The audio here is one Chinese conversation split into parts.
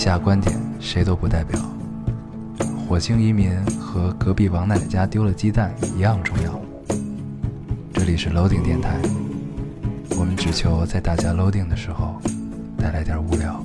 下观点谁都不代表。火星移民和隔壁王奶奶家丢了鸡蛋一样重要。这里是 Loading 电台，我们只求在大家 Loading 的时候带来点无聊。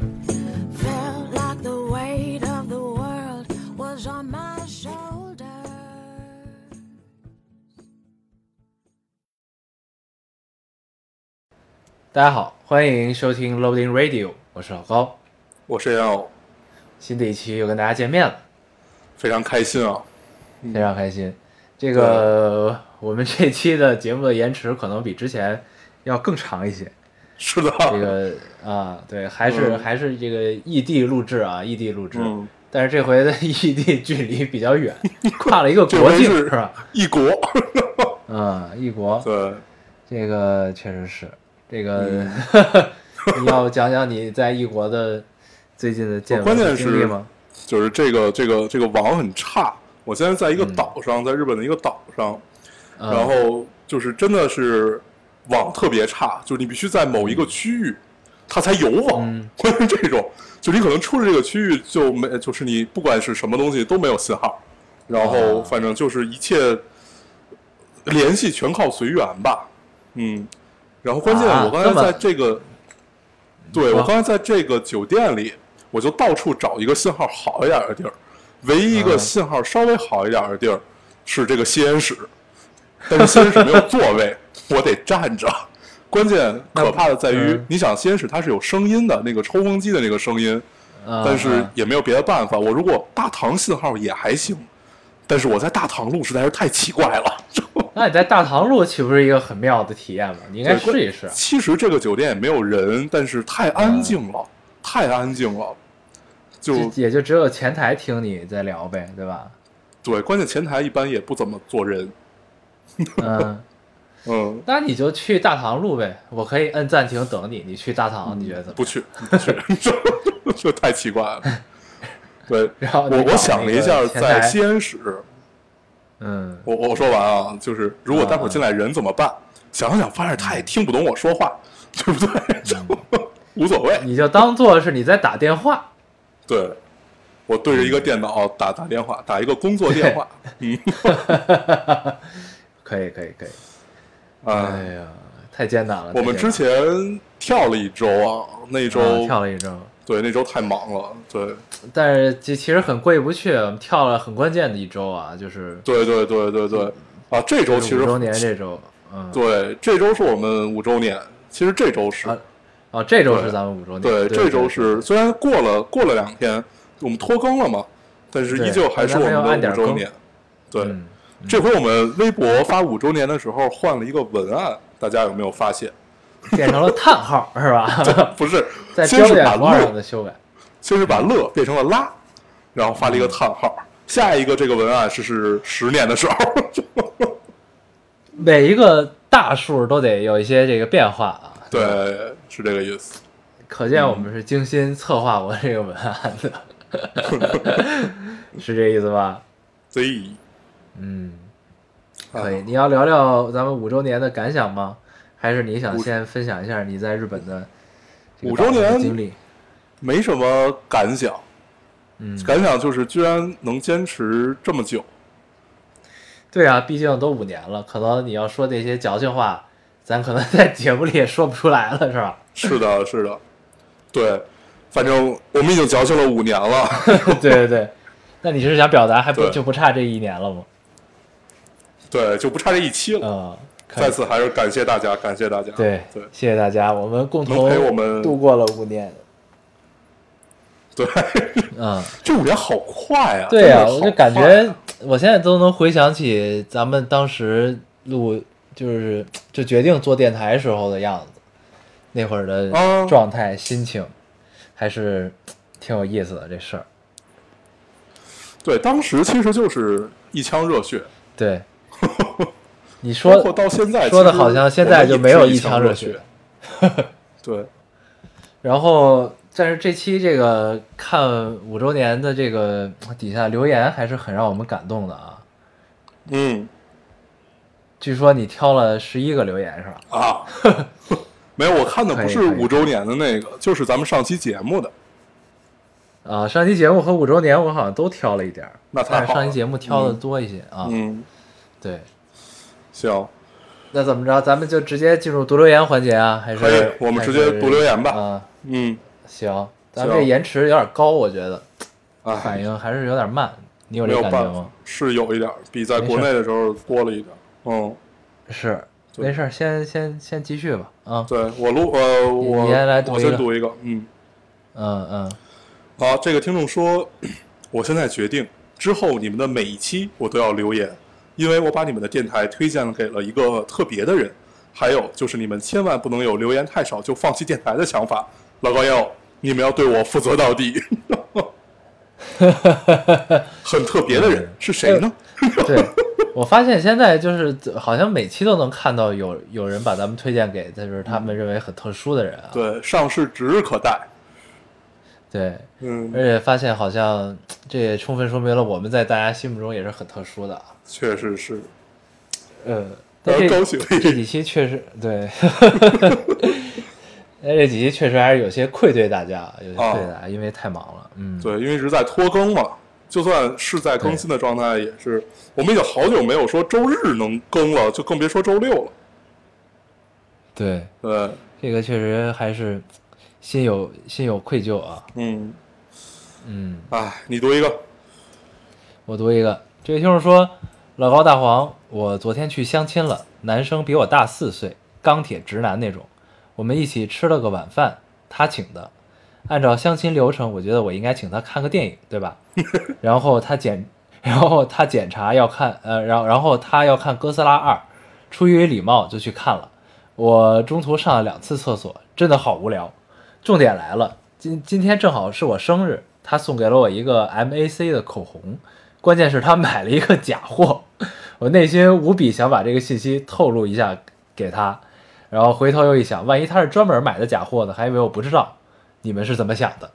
大家好，欢迎收听 Loading Radio， 我是老高， 我是杨友， 新的一期又跟大家见面了， 非常开心啊， 非常开心。这个我们这期的节目的延迟可能比之前要更长一些。 是的， 这个对，还是这个异地录制啊，异地录制。但是这回的异地距离比较远，跨了一个国境是吧？ 异国， 异国。 对， 这个确实是。这个你要讲讲你在异国的最近的见闻和经历吗？ 就是这个网很差，我现在在一个岛上，在日本的一个岛上，然后就是真的是网特别差，就是你必须在某一个区域它才有网，关键这种，就你可能出了这个区域就没，就是你不管是什么东西都没有信号，然后反正就是一切联系全靠随缘吧，然后关键我刚才在这个，对，我刚才在这个酒店里，我就到处找一个信号好一点的地儿，唯一一个信号稍微好一点的地儿是这个吸烟室，但是吸烟室没有座位，我得站着。关键可怕的在于，你想吸烟室它是有声音的，那个抽风机的那个声音，但是也没有别的办法。我如果大堂信号也还行，但是我在大堂路实在是太奇怪了。 那你在大堂路岂不是一个很妙的体验吗？你应该试一试。 其实这个酒店也没有人，但是太安静了，太安静了， 也就只有前台听你在聊呗，对吧？ 对，关键前台一般也不怎么做人。 那你就去大堂路呗，我可以摁暂停等你。你去大堂，你觉得怎么样？ 不去，这太奇怪了。对， 然后我想了一下，在吸烟室。我说完啊，就是如果待会儿进来人怎么办？想想发现他也听不懂我说话，对不对？无所谓， 你就当做是你在打电话。 对，我对着一个电脑打电话，打一个工作电话。 可以。哎呀，太艰难了。 我们之前跳了一周啊，那一周跳了一周。 对，那周太忙了，对。 但是其实很过意不去，我们跳了很关键的一周啊，就是。 对啊，这周其实 5周年这周， 对，这周是我们5周年，其实这周是这周是咱们5周年， 对，这周是虽然过了2天，我们拖更了嘛，但是依旧还是我们的5周年。对，这回我们微博发5周年的时候换了一个文案，大家有没有发现？ 变成了叹号是吧？ 不是， 在标点符号上的修改， 先是把乐变成了拉，然后发了一个叹号。下一个这个文案是10年的时候。 每一个大数都得有一些这个变化啊。 对，是这个意思。 可见我们是精心策划过这个文案的，是这意思吧？ 对， 可以。你要聊聊咱们5周年的感想吗？还是你想先分享一下你在日本的 5周年经历？ 没什么感想，感想就是居然能坚持这么久。 对啊，毕竟都5年了，可能你要说那些矫情话，咱可能在节目里也说不出来了，是吧？ 是的，对，反正我们已经矫情了5年了。 对，那你是想表达就不差这1年了吗？ 对，就不差这一期了。再次还是感谢大家，对， 谢谢大家，我们共同陪我们度过了5年。 对，这5年好快啊！ 对啊，我就感觉我现在都能回想起咱们当时就决定做电台时候的样子，那会儿的状态、心情，还是挺有意思的这事儿。 对，当时其实就是一腔热血。 对。你说到现在说的好像现在就没有一腔热血。 对。 然后，但是这期这个看5周年的这个底下留言还是很让我们感动的啊。据说你挑了11个留言是吧？ 没有，我看的不是5周年的那个，就是咱们上期节目的。 啊，上期节目和5周年我好像都挑了一点， 那太好了， 但是上期节目挑的多一些啊。对， 行， 那怎么着？咱们就直接进入读留言环节啊？还是可以？我们直接读留言吧。 啊，行，咱们行这延迟有点高，我觉得反应还是有点慢。你有没有这感觉吗？ 是有一点，比在国内的时候多了一点。 是，没事，先继续吧。啊， 对我我先来读我先读一个。好，这个听众说，我现在决定之后你们的每一期我都要留言，因为我把你们的电台推荐给了一个特别的人。还有就是你们千万不能有留言太少就放弃电台的想法，老高友，你们要对我负责到底。很特别的人是谁呢？ 对，我发现现在就是好像每期都能看到有人把咱们推荐给就是他们认为很特殊的人啊。 对，上市指日可待。 对，而且发现好像这也充分说明了我们在大家心目中也是很特殊的啊。 确实是， 但高兴这几期确实对，这几期确实还是有些愧对大家，因为太忙了。 对，因为一直在拖更嘛，就算是在更新的状态，也是我们已经好久没有说周日能更了，就更别说周六了。 对，这个确实还是心有愧疚啊。 你读一个， 我读一个。这位听众说，老高大黄，我昨天去相亲了，男生比我大4岁，钢铁直男那种。我们一起吃了个晚饭，他请的。按照相亲流程，我觉得我应该请他看个电影，对吧？然后他检查要看，然后他要看哥斯拉2，出于礼貌就去看了。我中途上了2次厕所，真的好无聊。重点来了，今天正好是我生日，他送给了我一个 MAC 的口红，关键是他买了一个假货，我内心无比想把这个信息透露一下给他，然后回头又一想，万一他是专门买的假货呢，还以为我不知道。你们是怎么想的？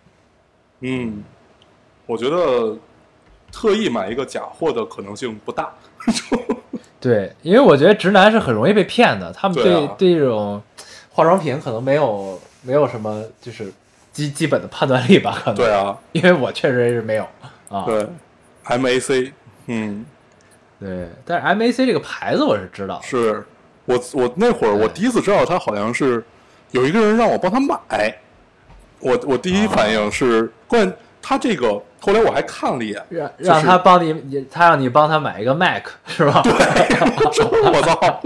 我觉得特意买一个假货的可能性不大。 对，因为我觉得直男是很容易被骗的，他们对这种化妆品可能没有什么就是基本的判断力吧，可能。 对啊， 因为我确实是没有啊。 对 ，MAC， 对，但是 MAC 这个牌子我是知道。 是我那会儿我第一次知道它好像是有一个人让我帮他买。我第一反应是，关键他这个，后来我还看了一眼， 让他帮你，他让你帮他买一个 Mac 是吧？ 对，我操！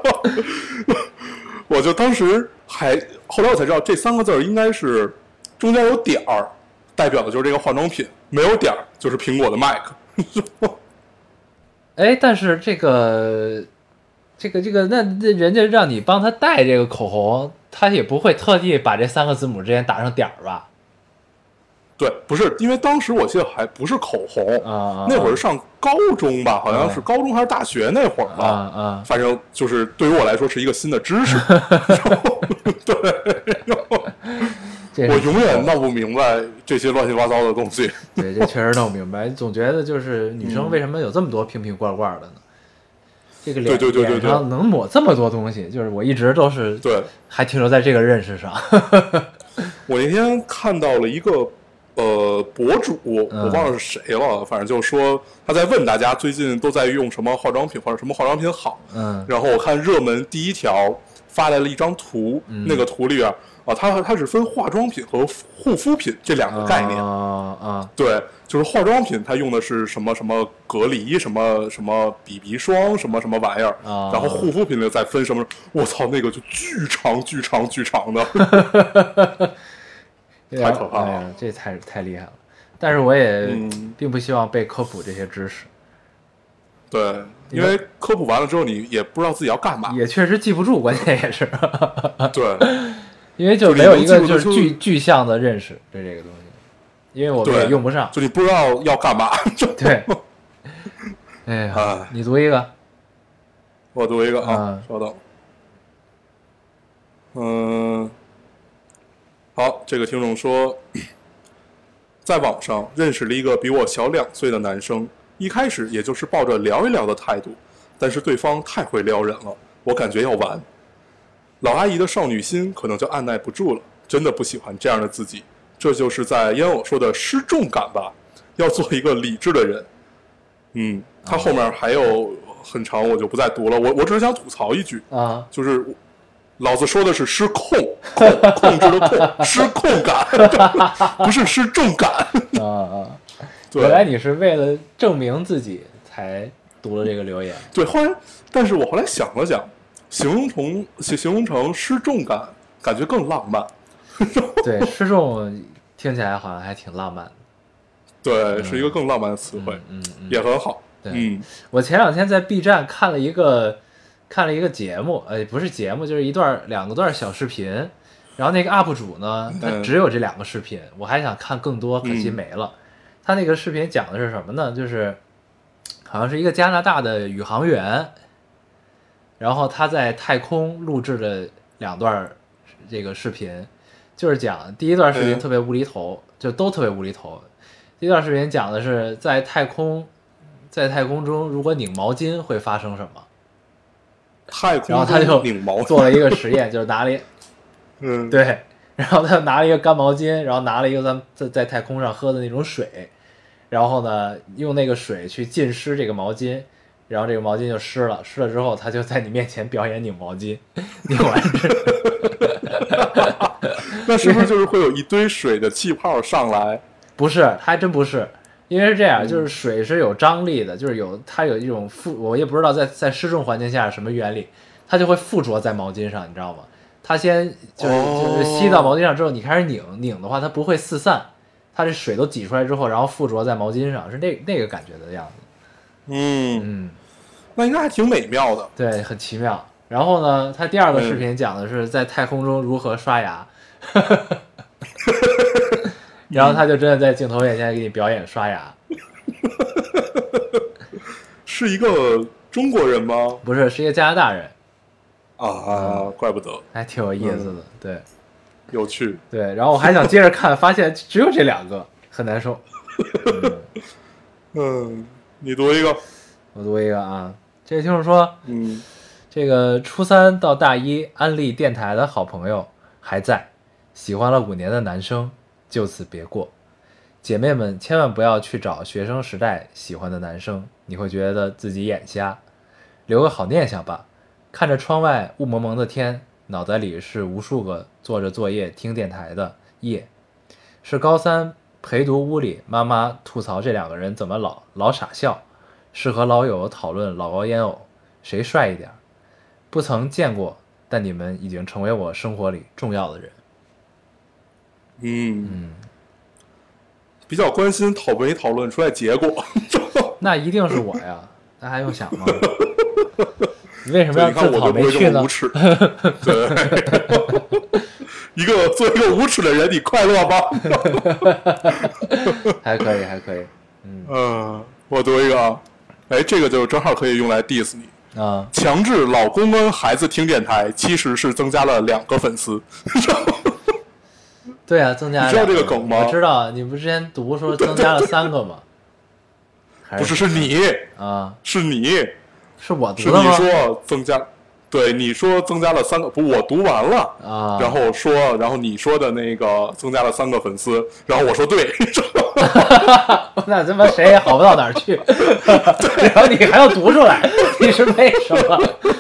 我就当时后来我才知道这3个字应该是中间有点儿，代表的就是这个化妆品，没有点儿就是苹果的 Mac。 但是这个，那人家让你帮他带这个口红。他也不会特地把这3个字母之间打上点儿吧？ 对，不是，因为当时我记得还不是口红那会儿是上高中吧，好像是高中还是大学那会儿吧反正就是对于我来说是一个新的知识。对，我永远闹不明白这些乱七八糟的东西。 对，这确实弄不明白，总觉得就是女生为什么有这么多瓶瓶罐罐的呢？这个脸上能抹这么多东西，就是我一直都是对， 还停留在这个认识上。 我那天看到了一个博主，我忘了是谁了，反正就是说他在问大家最近都在用什么化妆品或者什么化妆品好。然后我看热门第一条发来了一张图，那个图里边它是分化妆品和护肤品这2个概念。对。就是化妆品，它用的是什么什么隔离，什么什么 BB 霜，什么什么玩意儿，然后护肤品的再分什么，我操，那个就巨长的，太可怕了， 这太厉害了。但是我也并不希望被科普这些知识。 对，因为科普完了之后，你也不知道自己要干嘛， 也确实记不住，关键也是。 对， 因为就没有一个就是具象的认识对这个东西。因为我们也用不上， 就你不知道要干嘛。 对，你读一个， 我读一个啊，稍等。好，这个听众说，在网上认识了一个比我小2岁的男生，一开始也就是抱着聊一聊的态度，但是对方太会撩人了，我感觉要完。老阿姨的少女心可能就按耐不住了，真的不喜欢这样的自己。 这就是在烟偶说的失重感吧，要做一个理智的人。他后面还有很长，我就不再读了。我只是想吐槽一句啊， 就是老子说的是失控，控制的控，失控感，不是失重感。 原来你是为了证明自己才读了这个留言。 对，但是我后来想了想，形容成失重感，感觉更浪漫。 对，失重听起来好像还挺浪漫的。 对，是一个更浪漫的词汇，也很好。 对，我前两天在 B 站看了一个节目，不是节目，就是两个段小视频。然后那个 UP 主呢，他只有这2个视频，我还想看更多，可惜没了。他那个视频讲的是什么呢？就是好像是一个加拿大的宇航员，然后他在太空录制的2段这个视频，就是讲第一段视频特别无厘头，就都特别无厘头。第一段视频讲的是在太空中，如果拧毛巾会发生什么？然后他就做了一个实验，就是拿了对，然后他拿了一个干毛巾，然后拿了一个咱们在太空上喝的那种水，然后呢用那个水去浸湿这个毛巾，然后这个毛巾就湿了之后，他就在你面前表演拧毛巾，拧完那是不是就是会有一堆水的气泡上来？ 不是，还真不是。因为是这样，就是水是有张力的，就是它有一种我也不知道在失重环境下什么原理，它就会附着在毛巾上，你知道吗？它先就是吸到毛巾上之后，你开始拧的话，它不会四散，它这水都挤出来之后，然后附着在毛巾上，是那个感觉的样子。 那应该还挺美妙的。 对，很奇妙。然后呢，他第2个视频讲的是在太空中如何刷牙。然后他就真的在镜头面前给你表演刷牙。 是一个中国人吗？ 不是，是一个加拿大人。 怪不得， 还挺有意思的。对， 有趣。 对，然后我还想接着看，发现只有这2个，很难受。 你读一个， 我读一个啊。这就是说，这个初3到大1安利电台的好朋友还在，喜欢了5年的男生就此别过。姐妹们千万不要去找学生时代喜欢的男生，你会觉得自己眼瞎。留个好念想吧。看着窗外雾蒙蒙的天，脑袋里是无数个做着作业听电台的夜。是高3陪读屋里妈妈吐槽这2个人怎么老傻笑，是和老友讨论老高烟偶谁帅一点。不曾见过，但你们已经成为我生活里重要的人。 比较关心没讨论出来结果。 那一定是我呀，那还用想吗？你为什么要自讨没趣呢？ 对，做一个无耻的人，你快乐吗？ 还可以，还可以。 我读一个啊，这个就正好可以用来 diss 你啊。 强制老公跟孩子听电台，其实是增加了2个粉丝。 对啊，增加了。 你知道这个梗吗？ 我知道，你不之前读说增加了3个吗？ 不是，是你啊， 是你， 是我读的吗？ 是你说增加，对，你说增加了3个，不，我读完了啊， 然后你说的那个增加了3个粉丝，然后我说对， 那他妈谁也好不到哪儿去，然后你还要读出来，你是为什么？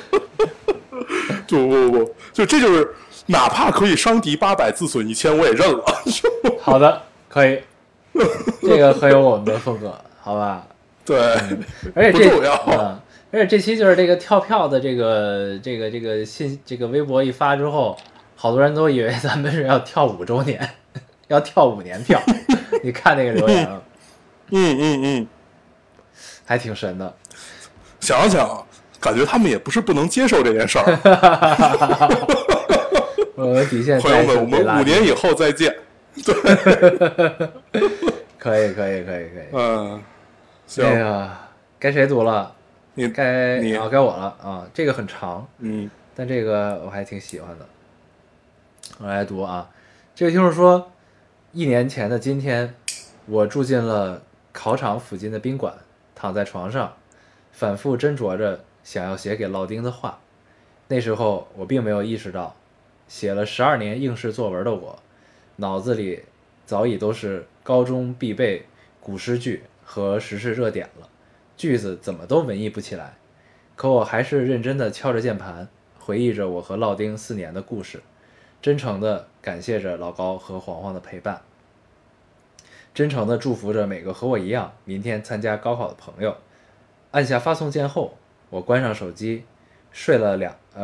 不，这就是哪怕可以伤敌800，自损1000，我也认了。 好的，可以，这个很有我们的风格，好吧？ 对， 而且不重要。 而且这期就是这个跳票的这个微博一发之后，好多人都以为咱们是要跳5周年，要跳5年票。你看那个留言了，还挺神的。 想想，感觉他们也不是不能接受这件事儿。 我们底线， 朋友们，我们5年以后再见。对， 可以。 行。 哎呀，该谁读了？该我了啊！这个很长，但这个我还挺喜欢的。我来读啊，这个听众说，1年前的今天，我住进了考场附近的宾馆，躺在床上，反复斟酌着想要写给老丁的话。那时候我并没有意识到，写了12年应试作文的我，脑子里早已都是高中必备古诗句和时事热点了，句子怎么都文艺不起来。可我还是认真地敲着键盘，回忆着我和烙丁4年的故事，真诚地感谢着老高和黄黄的陪伴，真诚地祝福着每个和我一样明天参加高考的朋友。按下发送键后，我关上手机，睡了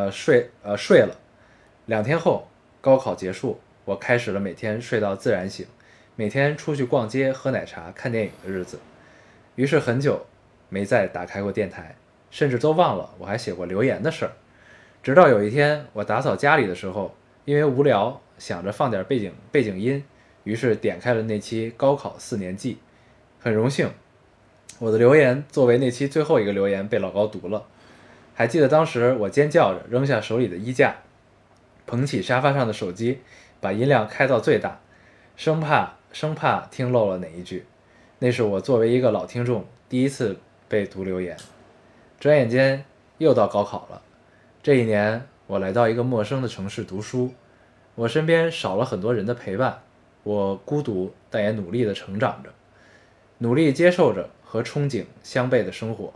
2天后，高考结束，我开始了每天睡到自然醒，每天出去逛街、喝奶茶、看电影的日子。于是很久没再打开过电台，甚至都忘了我还写过留言的事儿。直到有一天，我打扫家里的时候，因为无聊，想着放点背景音，于是点开了那期高考4年季。很荣幸，我的留言作为那期最后一个留言被老高读了。还记得当时我尖叫着扔下手里的衣架，捧起沙发上的手机，把音量开到最大，生怕听漏了哪一句。那是我作为一个老听众第一次被读留言。转眼间又到高考了，这一年我来到一个陌生的城市读书，我身边少了很多人的陪伴，我孤独但也努力地成长着，努力接受着和憧憬相悖的生活。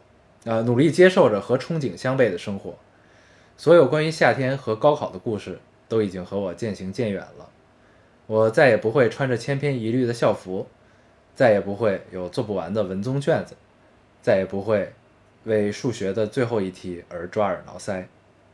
所有关于夏天和高考的故事都已经和我渐行渐远了。我再也不会穿着千篇一律的校服，再也不会有做不完的文综卷子，再也不会为数学的最后一题而抓耳挠腮，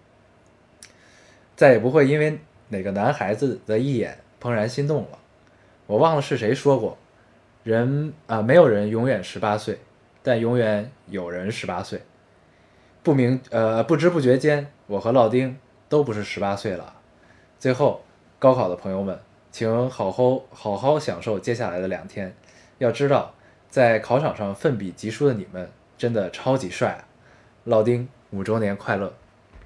再也不会因为哪个男孩子的一眼怦然心动了。我忘了是谁说过，没有人永远18岁，但永远有人18岁。不知不觉间，我和烙丁都不是18岁了。最后，高考的朋友们，请好好享受接下来的2天。要知道，在考场上奋笔疾书的你们，真的超级帅啊！烙丁5周年快乐！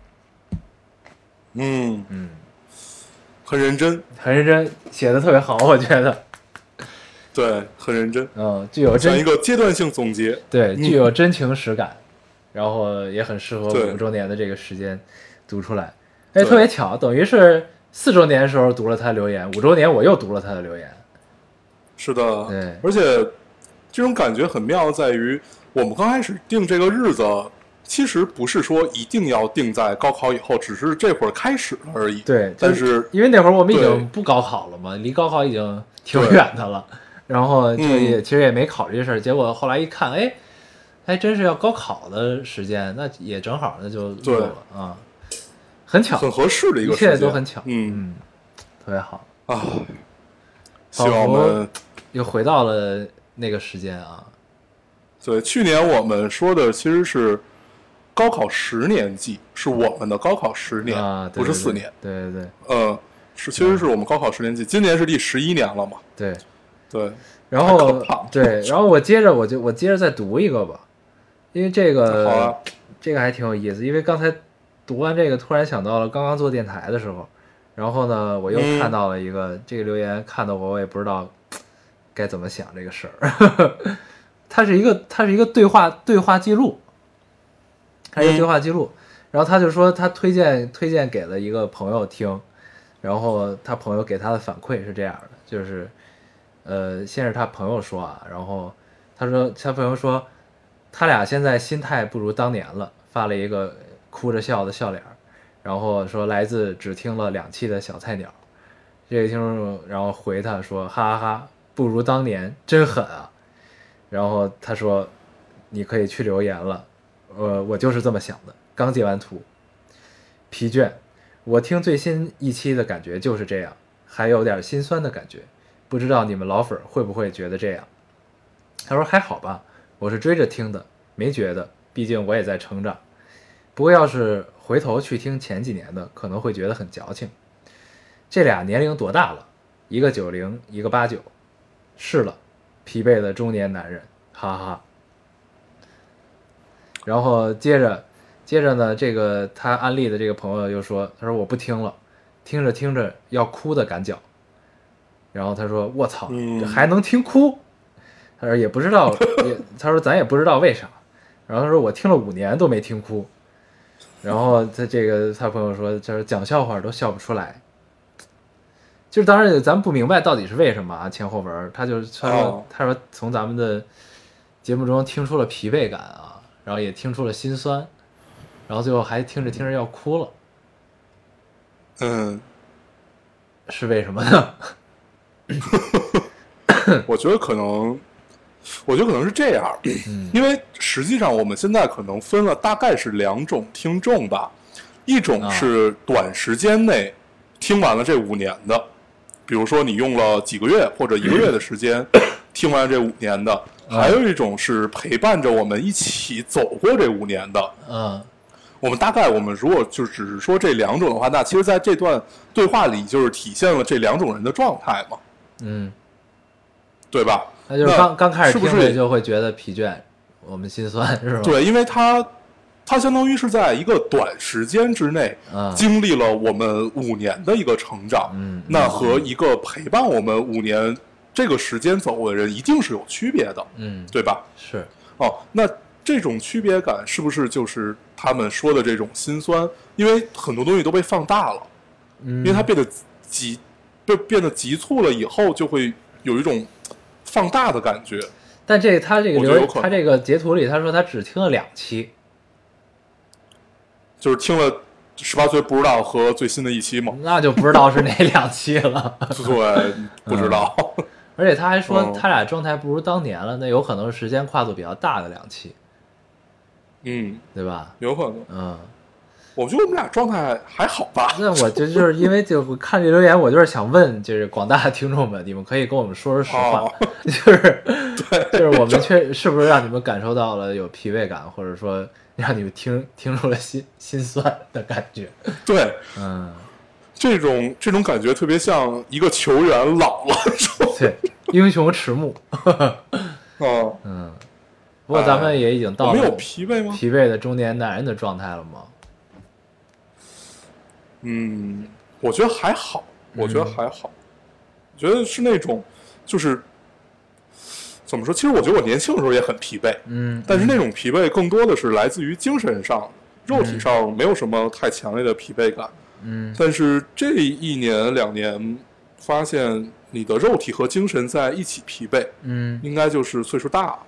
很认真， 写的特别好，我觉得。 对，很认真。 具有像一个阶段性总结。 对，具有真情实感，然后也很适合5周年的这个时间读出来。特别巧，等于是4周年的时候读了他的留言，5周年我又读了他的留言。 是的， 对， 而且这种感觉很妙，在于我们刚开始定这个日子，其实不是说一定要定在高考以后，只是这会儿开始了而已。 对， 但是因为那会儿我们已经不高考了嘛，离高考已经挺远的了，然后就其实也没考虑这事儿。结果后来一看，还真是要高考的时间，那也正好，那就录了啊，很巧， 很合适的一个时间， 一切都很巧，特别好啊。希望我们又回到了那个时间啊。 对，去年我们说的其实是高考10年季，是我们的高考10年啊， 不是4年。 对， 其实是我们高考10年季，今年是第11年了嘛。 对， 然后我接着再读一个吧，因为这个好啊， 这个还挺有意思，因为刚才读完这个，突然想到了刚刚做电台的时候，然后呢，我又看到了一个这个留言，看得我也不知道该怎么想这个事儿。它是一个对话记录，然后他就说他推荐给了一个朋友听，然后他朋友给他的反馈是这样的，就是先是他朋友说啊，然后他朋友说他俩现在心态不如当年了，发了一个哭着笑的笑脸，然后说来自只听了2期的小菜鸟。这个听众然后回他说哈哈哈，不如当年，真狠啊。然后他说你可以去留言了，我就是这么想的，刚截完图。疲倦，我听最新一期的感觉就是这样，还有点心酸的感觉，不知道你们老粉会不会觉得这样。他说还好吧，我是追着听的，没觉得，毕竟我也在成长。不过要是回头去听前几年的，可能会觉得很矫情。这俩年龄多大了？一个90，一个89。是了，疲惫的中年男人，哈哈。然后接着呢，这个他安利的这个朋友又说，他说我不听了，听着要哭的赶脚。然后他说我操，还能听哭？他说也不知道，他说咱也不知道为啥。然后他说我听了5年都没听哭。然后他朋友说，就是讲笑话都笑不出来。 就是当然咱们不明白到底是为什么啊，前后文他说从咱们的节目中听出了疲惫感啊，然后也听出了心酸，然后最后还听着听着要哭了。是为什么呢？ 我觉得可能是这样，因为实际上我们现在可能分了大概是2种听众吧，一种是短时间内听完了这5年的，比如说你用了几个月或者1个月的时间听完这5年的，还有一种是陪伴着我们一起走过这5年的。我们如果就只是说这2种的话，那其实在这段对话里就是体现了这2种人的状态嘛。对吧？ 那就是刚开始听着就会觉得疲倦，我们心酸是吧？ 对，因为他相当于是在一个短时间之内，经历了我们5年的一个成长，那和一个陪伴我们5年这个时间走的人一定是有区别的，对吧？ 是。 那这种区别感是不是就是他们说的这种心酸？因为很多东西都被放大了，因为它变得急促了以后，就会有一种放大的感觉。 但他这个截图里他说他只听了2期， 就是听了18岁不知道和最新的1期嘛， 那就不知道是哪2期了。 对，不知道。 而且他还说他俩状态不如当年了，那有可能是时间跨度比较大的2期，对吧？ 有可能。我觉得我们俩状态还好吧。 那我就是因为就看这留言，我就是想问，就是广大的听众们，你们可以跟我们说实话，就是我们是不是让你们感受到了有疲惫感，或者说让你们听出了心酸的感觉？对， 这种感觉特别像一个球员老了， 对，英雄迟暮。不过咱们也已经到了没有疲惫吗？ 疲惫的中年男人的状态了吗？ 我觉得还好，我觉得是那种，就是怎么说？其实我觉得我年轻的时候也很疲惫，但是那种疲惫更多的是来自于精神上，肉体上没有什么太强烈的疲惫感，但是这1年2年，发现你的肉体和精神在一起疲惫，应该就是岁数大了，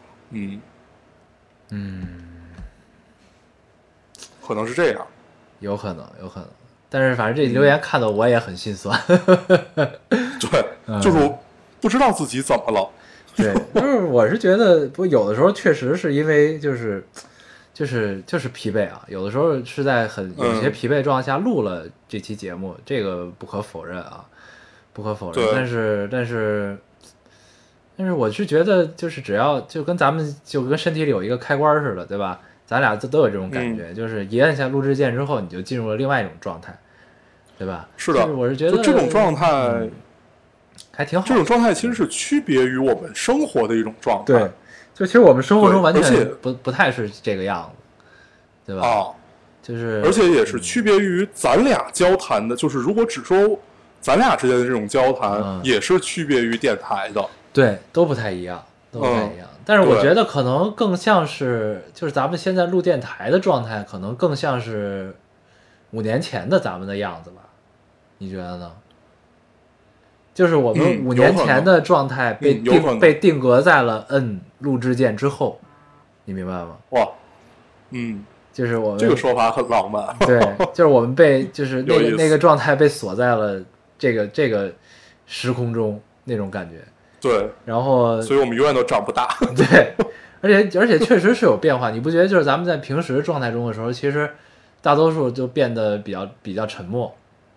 可能是这样， 有可能。但是反正这留言看到我也很心酸。 对，就是不知道自己怎么了。 对，就是我是觉得，有的时候确实是因为就是疲惫啊，有的时候是在有些疲惫状态下录了这期节目，这个不可否认啊，不可否认。但是我是觉得，就是只要就跟咱们就跟身体里有一个开关似的，对吧？咱俩都有这种感觉，就是一按下录制键之后，你就进入了另外一种状态，对吧？ 是的， 我是觉得就这种状态还挺好。 这种状态其实是区别于我们生活的一种状态。 对，就其实我们生活中完全不太是这个样子，对吧？就是而且也是区别于咱俩交谈的，就是如果只说咱俩之间的这种交谈，也是区别于电台的。 对，都不太一样。但是我觉得可能更像是，就是咱们现在录电台的状态，可能更像是5年前的咱们的样子吧？你觉得呢？就是我们5年前的状态被定格在了摁录制键之后，你明白吗？ 哇， 就是我们这个说法很浪漫。 对，就是我们就是那个状态被锁在了这个时空中那种感觉。 对， 然后所以我们永远都长不大。 对，而且确实是有变化，你不觉得？就是咱们在平时状态中的时候，其实大多数就变得比较沉默。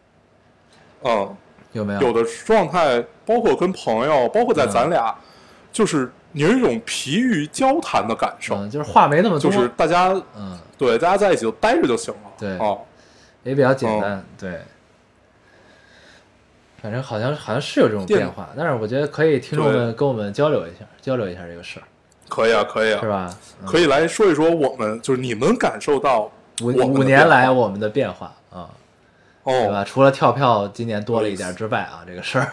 有没有？ 有的状态，包括跟朋友，包括在咱俩，就是你有一种疲于交谈的感受， 就是话没那么多， 就是大家，对，大家在一起就待着就行了。 对，也比较简单，对。反正好像是有这种变化，但是我觉得可以听众们跟我们交流一下这个事儿。 可以啊， 是吧？ 可以来说一说我们就是你们感受到 5年来我们的变化啊，对吧？除了跳票今年多了一点之外啊，这个事儿，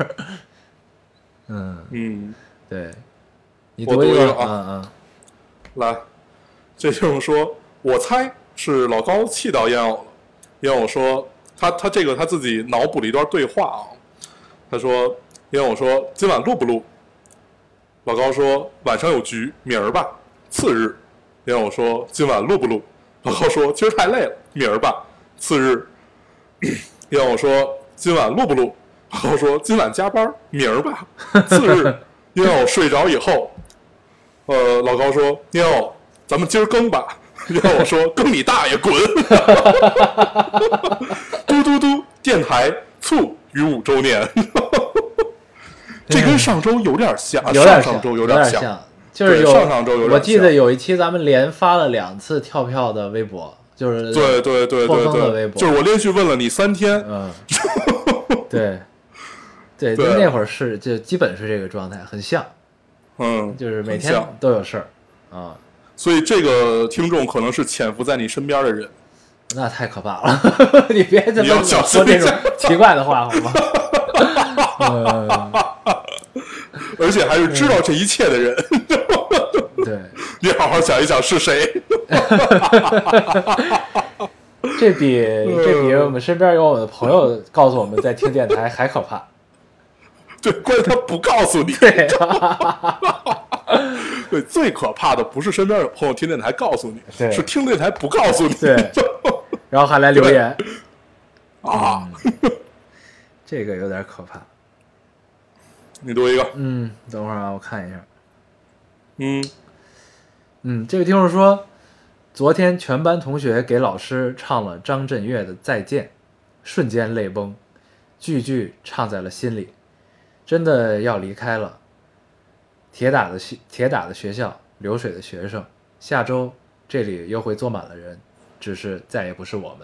对，你读一个啊， 来，这就是说，我猜是老高气到烟偶了。烟偶说他这个他自己脑补了一段对话啊。 他说，因为我说今晚录不录？老高说晚上有局，明儿吧。次日，因为我说今晚录不录？老高说今儿太累了，明儿吧。次日，因为我说今晚录不录？老高说今晚加班，明儿吧。次日，因为我睡着以后，老高说因为我咱们今儿更吧。因为我说更你大爷滚。嘟嘟嘟，电台促于5周年。这跟上周有点像，上周有点像， 就是上周有点像。 我记得有一期咱们连发了2次跳票的微博，就是对破风的微博， 就是我连续问了你3天。 对，就那会儿就基本是这个状态，很像。就是每天都有事儿啊。 所以这个听众可能是潜伏在你身边的人。 那太可怕了！你别这么说这种奇怪的话好吗？ 而且还是知道这一切的人。 对， 你好好想一想是谁。 这比我们身边有我们的朋友告诉我们在听电台还可怕。 对，关键他不告诉你。 对， 对，最可怕的不是身边有朋友听电台告诉你，是听电台不告诉你。 对，然后还来留言啊， 这个有点可怕。 你读一个。 等会儿啊，我看一下。 这位听众说，昨天全班同学给老师唱了张震岳的《再见》，瞬间泪崩，句句唱在了心里。真的要离开了，铁打的学校，流水的学生，下周这里又会坐满了人，只是再也不是我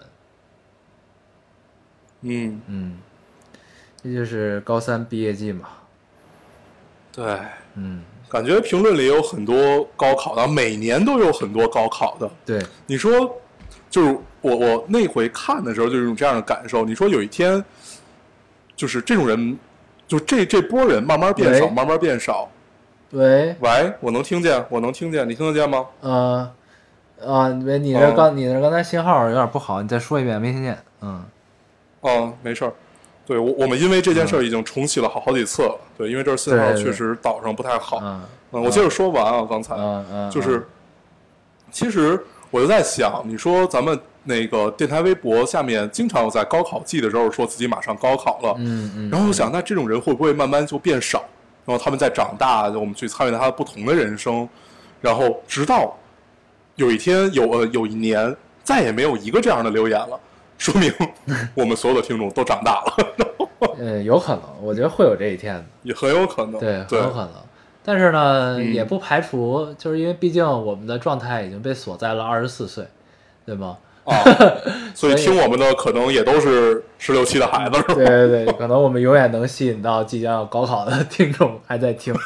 们。这就是高3毕业季嘛。 对，感觉评论里有很多高考的，每年都有很多高考的。 对， 你说，就是我那回看的时候就有这样的感受。你说有一天，就是这种人，就这波人慢慢变少，慢慢变少。 喂， 我能听见，你听得见吗？ 喂，你这刚才信号有点不好，你再说一遍，没听见。 没事儿。对，我们因为这件事已经重启了好几次了。对，因为这信号确实岛上不太好。我接着说完啊，刚才就是，其实我就在想，你说咱们那个电台微博下面经常有在高考季的时候说自己马上高考了，然后我想，那这种人会不会慢慢就变少？然后他们在长大，我们去参与他的不同的人生，然后直到有一天有一年再也没有一个这样的留言了。说明我们所有的听众都长大了。 有可能，我觉得会有这一天的， 也很有可能。 对，很有可能。但是呢，也不排除，就是因为毕竟我们的状态已经被锁在了24岁，对吗？ 所以听我们的可能也都是16、17的孩子，是吧？ 对，可能我们永远能吸引到即将要高考的听众还在听。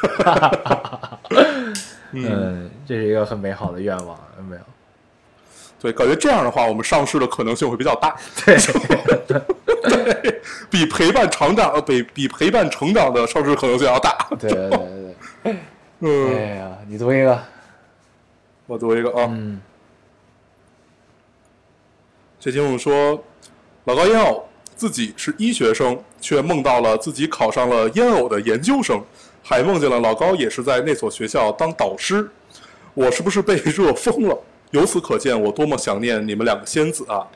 这是一个很美好的愿望，有没有？ 对，感觉这样的话，我们上市的可能性会比较大。对，比陪伴成长的上市可能性要大。 对。哎呀，你读一个， 我读一个啊。这听众说，老高烟偶自己是医学生，却梦到了自己考上了烟偶的研究生，还梦见了老高也是在那所学校当导师。我是不是被热疯了？由此可见，我多么想念你们2个仙子啊！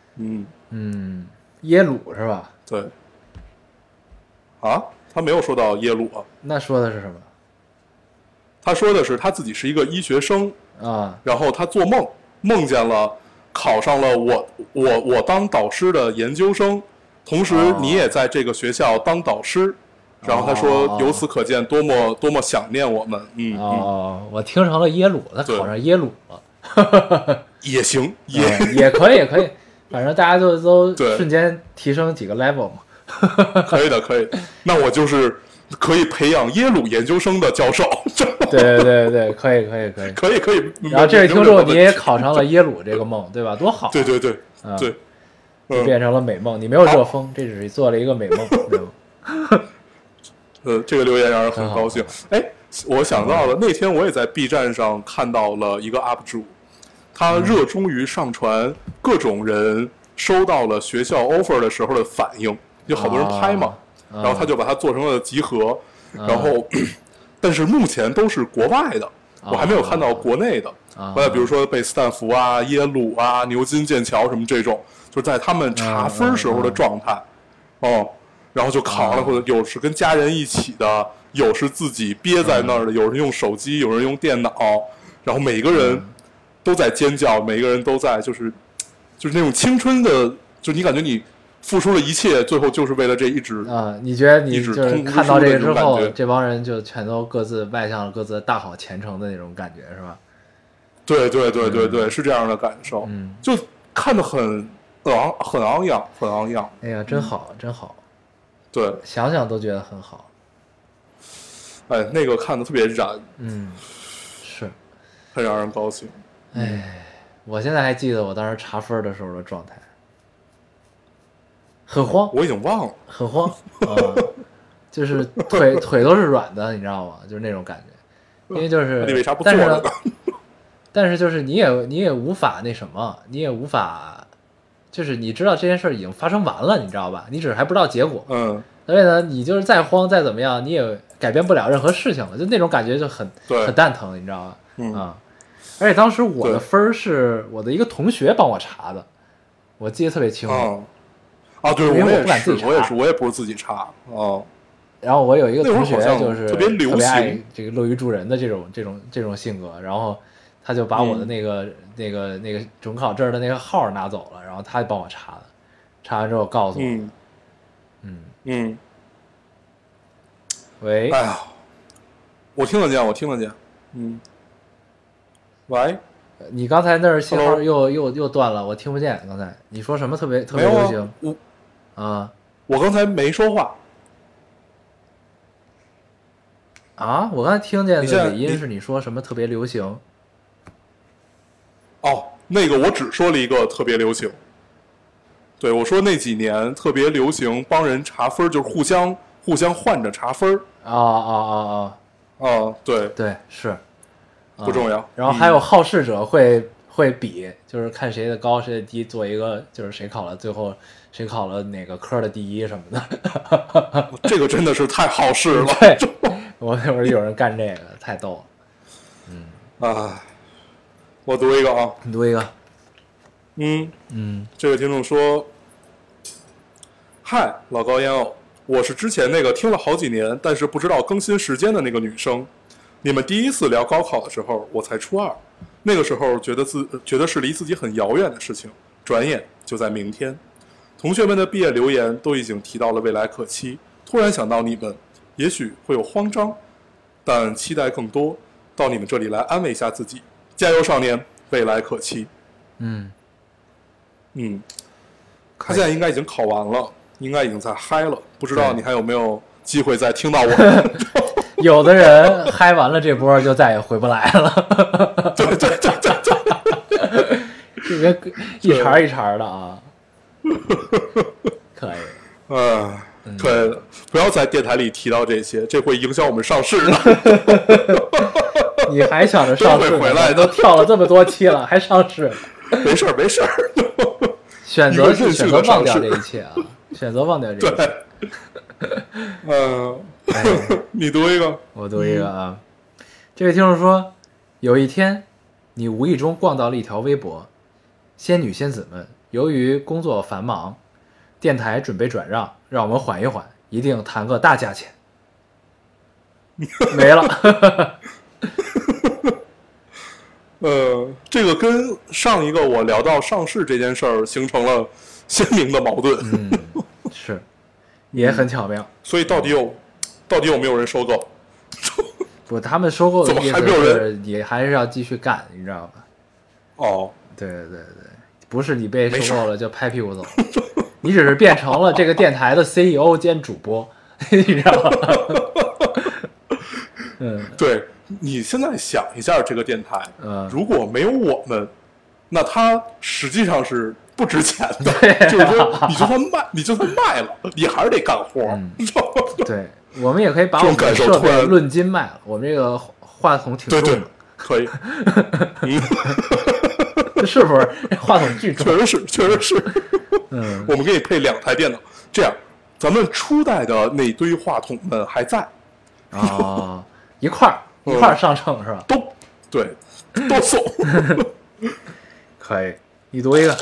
耶鲁是吧？ 对。啊，他没有说到耶鲁啊。 那说的是什么？ 他说的是他自己是一个医学生啊， 然后他做梦见了考上了我当导师的研究生，同时你也在这个学校当导师。然后他说，由此可见多么想念我们。 我听成了耶鲁，他考上耶鲁了。 也行， 也可以，反正大家都瞬间提升几个 level 嘛。 可以的。那我就是可以培养耶鲁研究生的教授。 对，可以。然后这位听众你也考上了耶鲁这个梦，对吧？多好。 对， 就变成了美梦。你没有热风，这只是做了一个美梦，对吗？ 这个留言让人很高兴。我想到了，那天我也在 B 站上看到了一个 UP 主，他热衷于上传各种人收到了学校 offer 的时候的反应，有好多人拍嘛。 然后他就把它做成了集合，然后但是目前都是国外的，我还没有看到国内的。比如说被斯坦福啊、耶鲁啊、牛津、剑桥什么这种，就在他们查分时候的状态，然后就考上了，或者有是跟家人一起的，有是自己憋在那儿的，有人用手机，有人用电脑，然后每个人都在尖叫，每个人都在就是那种青春的，就你感觉你付出了一切，最后就是为了这一直你觉得你就是看到这个之后，这帮人就全都各自迈向了各自大好前程的那种感觉，是吧？ 对对对对对，是这样的感受，就看得很昂扬，很昂扬。 哎呀，真好，真好。 对， 想想都觉得很好。 哎，那个看得特别燃， 是， 很让人高兴。 哎，我现在还记得我当时查分的时候的状态，很慌， 我已经忘了， 很慌就是腿都是软的，你知道吗？就是那种感觉，因为就是， 你为啥不做呢？ 但是就是你也无法那什么，你也无法，就是你知道这件事已经发生完了，你知道吧？你只是还不知道结果，所以呢，你就是再慌再怎么样，你也改变不了任何事情了，就那种感觉就很蛋疼，你知道吧？而且当时我的分是我的一个同学帮我查的，我记得特别清楚。 对， 因为我不敢自己查， 我也不是自己查然后我有一个同学就是特别爱这个乐于助人的这种性格，然后他就把我的那个准考证的那个号拿走了，然后他就帮我查的，查完之后告诉我，喂， 哎呀，我听得见，喂， 你刚才那儿信号又断了，我听不见。刚才你说什么特别流行？ 我刚才没说话。 我刚才听见的尾音是你说什么特别流行？ 那个我只说了一个特别流行。对，我说那几年特别流行帮人查分，就是互相换着查分。对对是， 不重要。 然后还有好事者会比，就是看谁的高谁的低，做一个就是谁考了最后谁考了哪个科的第一什么的。 这个真的是太好事了。 对，我那会儿有人干这个，太逗了。我读一个啊， 你读一个。 这位听众说：“嗨，老高烟偶，我是之前那个听了好几年，但是不知道更新时间的那个女生。你们第一次聊高考的时候，我才初2，那个时候觉得是离自己很遥远的事情，转眼就在明天。同学们的毕业留言都已经提到了未来可期，突然想到你们，也许会有慌张，但期待更多，到你们这里来安慰一下自己。加油，少年，未来可期。”他现在应该已经考完了，应该已经在嗨了，不知道你还有没有机会再听到我。 有的人嗨完了这波就再也回不来了。 对， 这边一茬一茬的啊。可以， 可以的，不要在电台里提到这些，这会影响我们上市的。 你还想着上市？ 回来都跳了这么多期了，还上市？ 没事。 选择忘掉这一切啊！选择忘掉这一切。 你读一个， 我读一个啊。这位听众说，有一天，你无意中逛到了一条微博，仙女仙子们，由于工作繁忙，电台准备转让，让我们缓一缓，一定谈个大价钱。没了。 这个跟上一个我聊到上市这件事儿形成了鲜明的矛盾。 是，也很巧妙。 所以到底有没有人收购？ 不，他们收购的意思是你还是要继续干，你知道吧？对，不是你被收购了就拍屁股走，你只是变成了这个电台的 CEO 兼主播，你知道吗？ 对，你现在想一下这个电台，如果没有我们，那它实际上是不值钱的。就是说，你就算卖了，你还是得干活。 对，我们也可以把我们的设备论斤卖了。我们这个话筒挺重的， 对，可以。 是不是话筒巨重？ 确实是。我们给你配2台电脑，这样咱们初代的那堆话筒们还在啊，一块儿上秤是吧？ 对，都送。 可以，你读一个。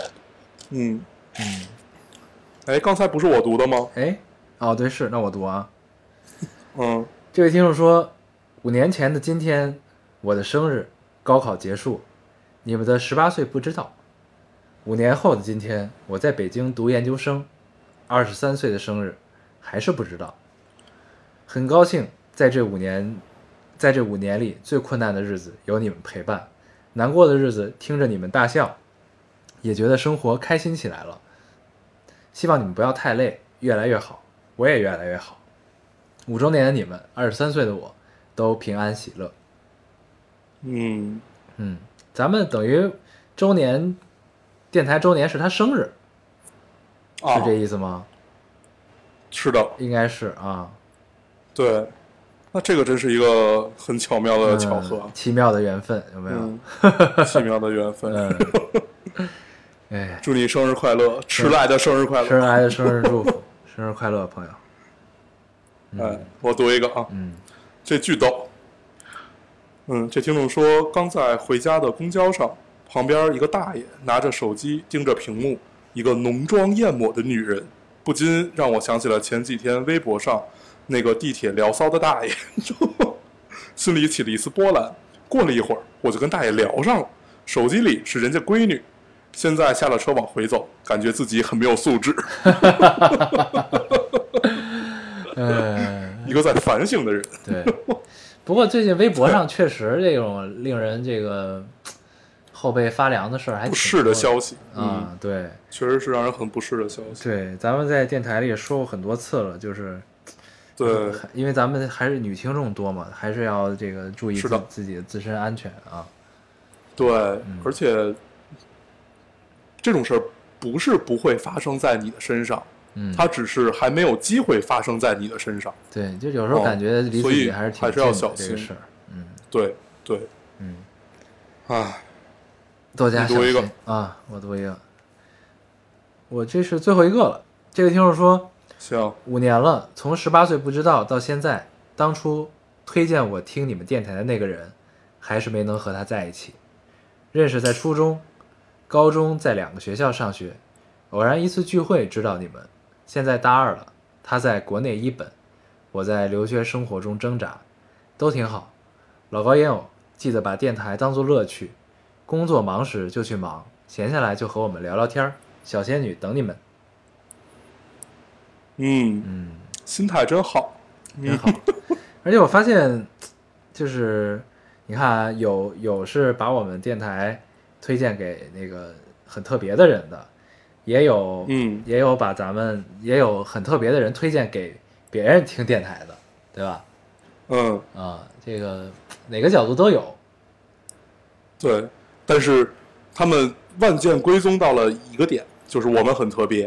哎，刚才不是我读的吗？ 哎，哦对是，那我读啊。 嗯这位听众说，5年前的今天，我的生日，高考结束，你们的18岁不知道。5年后的今天，我在北京读研究生，23岁的生日，还是不知道。很高兴在这5年里最困难的日子有你们陪伴，难过的日子听着你们大笑，也觉得生活开心起来了。希望你们不要太累，越来越好，我也越来越好。5周年的你们，23岁的我，都平安喜乐。咱们等于电台周年是他生日，是这意思吗？ 是的， 应该是啊。 对，那这个真是一个很巧妙的巧合， 奇妙的缘分，有没有？ 奇妙的缘分。 哎， 祝你生日快乐，迟来的生日快乐， 迟来的生日祝福，生日快乐，朋友。 哎，我读一个啊，这巨逗。这听众说，刚在回家的公交上，旁边一个大爷拿着手机盯着屏幕，一个浓妆艳抹的女人，不禁让我想起了前几天微博上那个地铁聊骚的大爷，心里起了一丝波澜。过了一会儿，我就跟大爷聊上了，手机里是人家闺女。现在下了车往回走，感觉自己很没有素质。一个在反省的人。 对，不过最近微博上确实这种令人这个后背发凉的事儿还挺多不适的消息啊，对， 确实是让人很不适的消息。 对，咱们在电台里也说过很多次了，就是对， 因为咱们还是女听众多嘛，还是要这个注意自己的自身安全啊。 对，而且这种事儿不是不会发生在你的身上，它只是还没有机会发生在你的身上。 对，就有时候感觉离自己还是挺近的， 要小心这个事儿。 对对，唉， 多加小心啊！我读一个，我这是最后一个了。这个听众说， 行 ，5年了，从18岁不知道到现在，当初推荐我听你们电台的那个人，还是没能和他在一起。认识在初中，高中在2个学校上学，偶然一次聚会知道你们。现在大2了，他在国内1本，我在留学生活中挣扎，都挺好。老高烟友，记得把电台当作乐趣，工作忙时就去忙，闲下来就和我们聊聊天。小仙女等你们。 心态真好， 真好。而且我发现，就是你看啊，有是把我们电台推荐给那个很特别的人的，也有把咱们也有很特别的人推荐给别人听电台的，对吧？这个哪个角度都有。对， 但是他们万剑归宗到了一个点，就是我们很特别。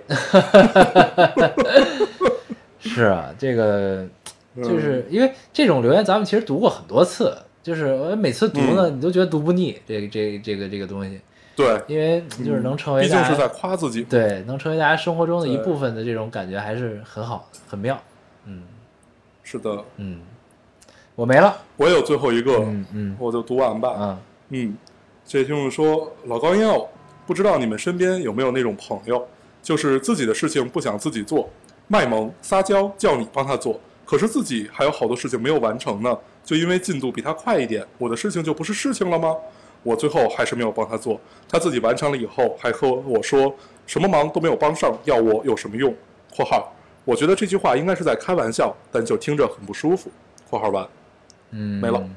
是啊，这个就是因为这种留言咱们其实读过很多次，就是每次读呢，你都觉得读不腻，这个东西。 对， 因为就是能成为毕竟是在夸自己， 对，能成为大家生活中的一部分的这种感觉还是很好，很妙。 是的， 我没了， 我有最后一个，我就读完吧。这听众说，老高烟友，不知道你们身边有没有那种朋友，就是自己的事情不想自己做，卖萌撒娇叫你帮他做，可是自己还有好多事情没有完成呢，就因为进度比他快一点，我的事情就不是事情了吗？我最后还是没有帮他做，他自己完成了以后还和我说什么忙都没有帮上，要我有什么用？（括号我觉得这句话应该是在开玩笑，但就听着很不舒服。）（括号完）没了。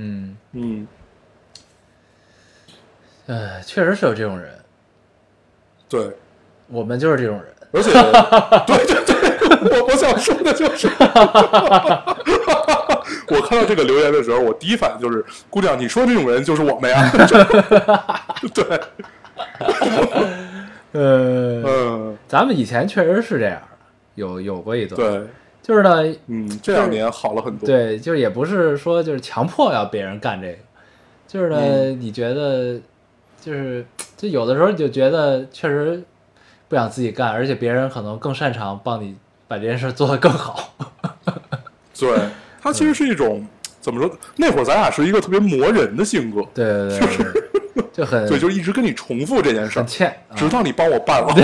确实是有这种人。 对， 我们就是这种人。 而且，对，我想说的就是，我看到这个留言的时候，我第一反应就是，姑娘，你说这种人就是我们呀。对， 咱们以前确实是这样，有过一段。 对， 就是呢， 这2年好了很多。 对，就也不是说就是强迫要别人干这个，就是呢，你觉得就有的时候你就觉得确实不想自己干，而且别人可能更擅长帮把这件事做得更好。 对，他其实是一种怎么说？那会儿咱俩是一个特别磨人的性格， 对对对，就很对，就一直跟你重复这件事儿， 很欠， 直到你帮我办了。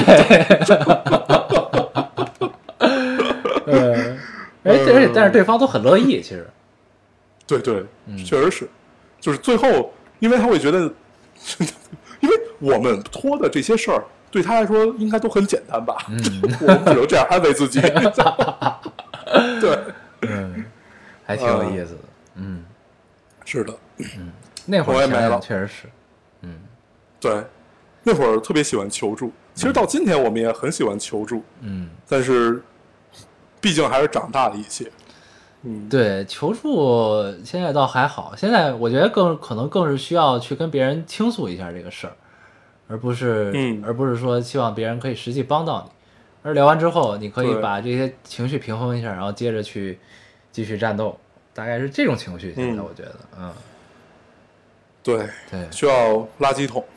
但是对方都很乐意，其实。 对对，确实是，就是最后，因为他会觉得，因为我们拖的这些事儿对他来说应该都很简单吧？我们只能这样安慰自己。对， 还挺有意思的。 是的， 那会儿我也没了， 确实是， 对，那会儿特别喜欢求助。其实到今天我们也很喜欢求助，但是毕竟还是长大了一些。 对，求助现在倒还好，现在我觉得可能更是需要去跟别人倾诉一下这个事儿，而不是说希望别人可以实际帮到你，而聊完之后，你可以把这些情绪平衡一下，然后接着去继续战斗，大概是这种情绪。现在我觉得， 对， 对， 需要垃圾桶。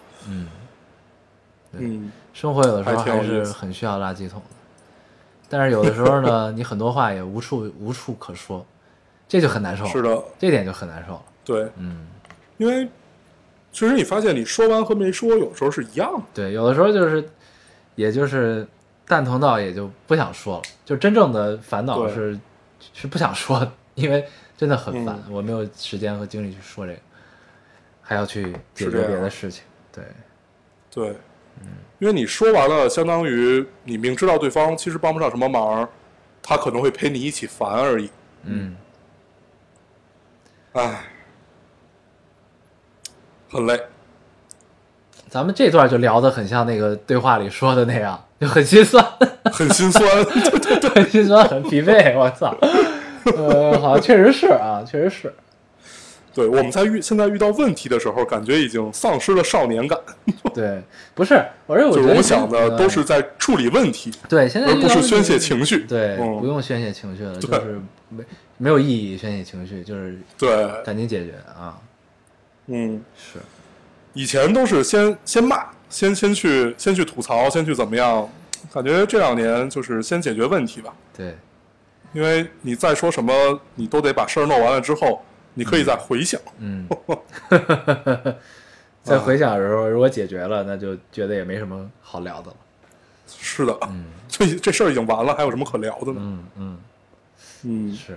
生活有的时候还是很需要垃圾桶的。但是有的时候呢，你很多话也无处可说，这就很难受。 是的， 这点就很难受了。 对，因为其实你发现你说完和没说有时候是一样的。 对，有的时候也就是蛋疼到也就不想说了，就真正的烦恼是不想说的，因为真的很烦，我没有时间和精力去说这个，还要去解决别的事情。 对。因为你说完了，相当于你明知道对方其实帮不上什么忙，他可能会陪你一起烦而已。很累。 咱们这段就聊得很像那个对话里说的那样，就很心酸， 很心酸，对， 很心酸，很疲惫。我操，好像确实是啊，确实是。 对，我们现在遇到问题的时候，感觉已经丧失了少年感。 对，不是，而且我觉得就是我想的都是在处理问题， 对，现在而不是宣泄情绪。 对，不用宣泄情绪了，就是没有意义宣泄情绪，就是对， 赶紧解决啊。是， 以前都是先骂，先去吐槽，先去怎么样？感觉这2年就是先解决问题吧。 对， 因为你再说什么，你都得把事儿弄完了之后。你可以再回想， 在回想的时候，如果解决了，那就觉得也没什么好聊的了。 是的，这事儿已经完了，还有什么可聊的呢？ 是。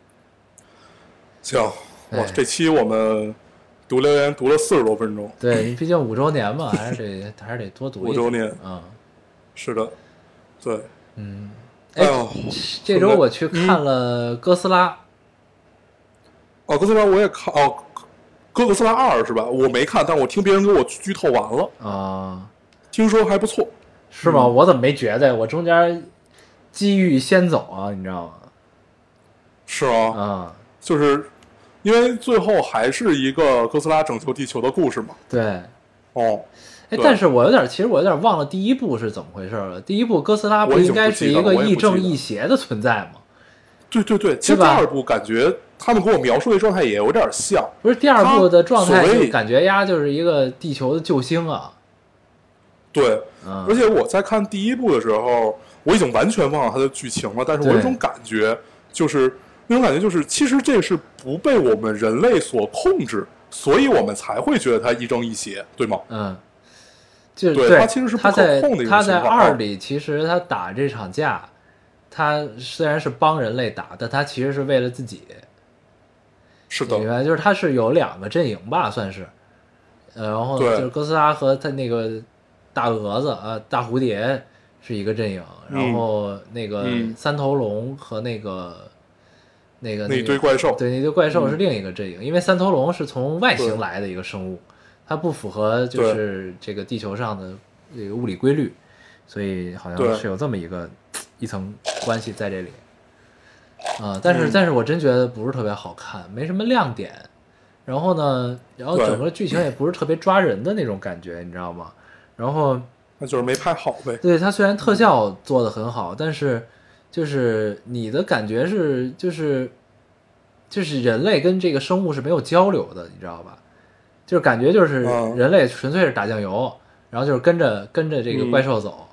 行，哇，这期我们读留言读了40多分钟。 对，毕竟5周年嘛，还是得多读一 5周年是的，对，哎呦， 这周我去看了哥斯拉。 哥斯拉我也看哥斯拉2是吧？我没看，但我听别人给我剧透完了啊， 听说还不错， 是吗？我怎么没觉得？我中间机遇先走啊，你知道吗？ 是吗？就是因为最后还是一个哥斯拉拯救地球的故事嘛。 对，但是其实我有点忘了第一部是怎么回事了。第一部哥斯拉不应该是一个亦正亦邪的存在吗？ 对，其实第2部感觉他们给我描述的状态也有点像。 不是第2部的状态，就感觉就是一个地球的救星啊。 对，而且我在看第1部的时候，我已经完全忘了它的剧情了，但是我有一种感觉，就是其实这是不被我们人类所控制，所以我们才会觉得它亦正亦邪，对吗？ 对， 它其实是不可控的一种情况。 他在2里，其实他打这场架。他虽然是帮人类打，但他其实是为了自己。 是的， 明白，就是他是有2个阵营吧，算是。然后就是哥斯拉和他那个大蛾子大蝴蝶是一个阵营，然后那个3头龙和那一堆怪兽， 对，那堆怪兽是另一个阵营，因为3头龙是从外星来的一个生物，它不符合就是这个地球上的这个物理规律，所以好像是有这么一层关系在这里，但是我真觉得不是特别好看，没什么亮点，然后整个剧情也不是特别抓人的那种感觉，你知道吗？然后那就是没拍好呗。 对，它虽然特效做得很好，但是就是你的感觉是就是人类跟这个生物是没有交流的，你知道吧？就是感觉就是人类纯粹是打酱油，然后就是跟着这个怪兽走。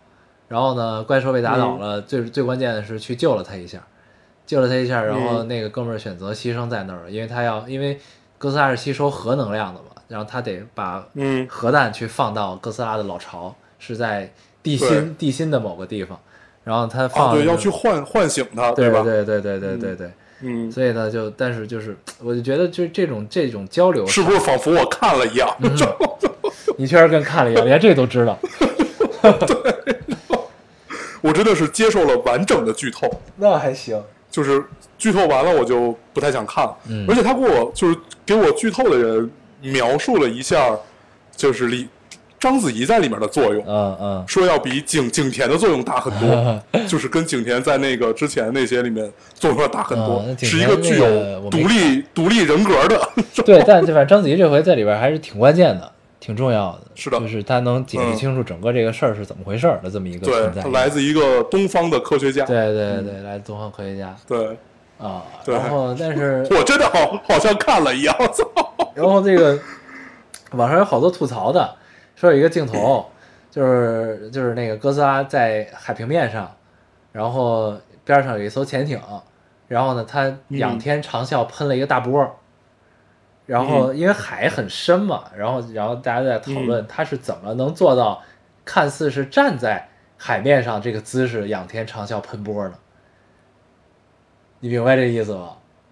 然后呢，怪兽被打倒了，最关键的是去救了他一下，然后那个哥们儿选择牺牲在那儿了，因为哥斯拉是吸收核能量的嘛，然后他得把核弹去放到哥斯拉的老巢，是在地心的某个地方，然后他放对，要去唤醒他， 对吧？ 对。所以呢，但是就是，我就觉得就这种交流， 是不是仿佛我看了一样？ 你确实跟看了一样，连这都知道。 对，我真的是接受了完整的剧透。 那还行， 就是剧透完了我就不太想看了。而且他给我剧透的人描述了一下，就是章子怡在里面的作用，说要比景甜的作用大很多，就是跟景甜在那个之前那些里面作用要大很多，是一个具有独立人格的。 对，但反正章子怡这回在里边还是挺关键的，挺重要的。 是的， 就是她能解释清楚整个这个事儿是怎么回事的这么一个存在。 对，来自一个东方的科学家。 对，来自东方科学家。 对。 然后但是我真的好像看了一样。 然后这个网上有好多吐槽的。说有一个镜头，就是那个哥斯拉在海平面上，然后边上有一艘潜艇，然后呢，它仰天长啸喷了一个大波，然后因为海很深嘛，然后大家在讨论它是怎么能做到看似是站在海面上这个姿势仰天长啸喷波呢？你明白这意思吗？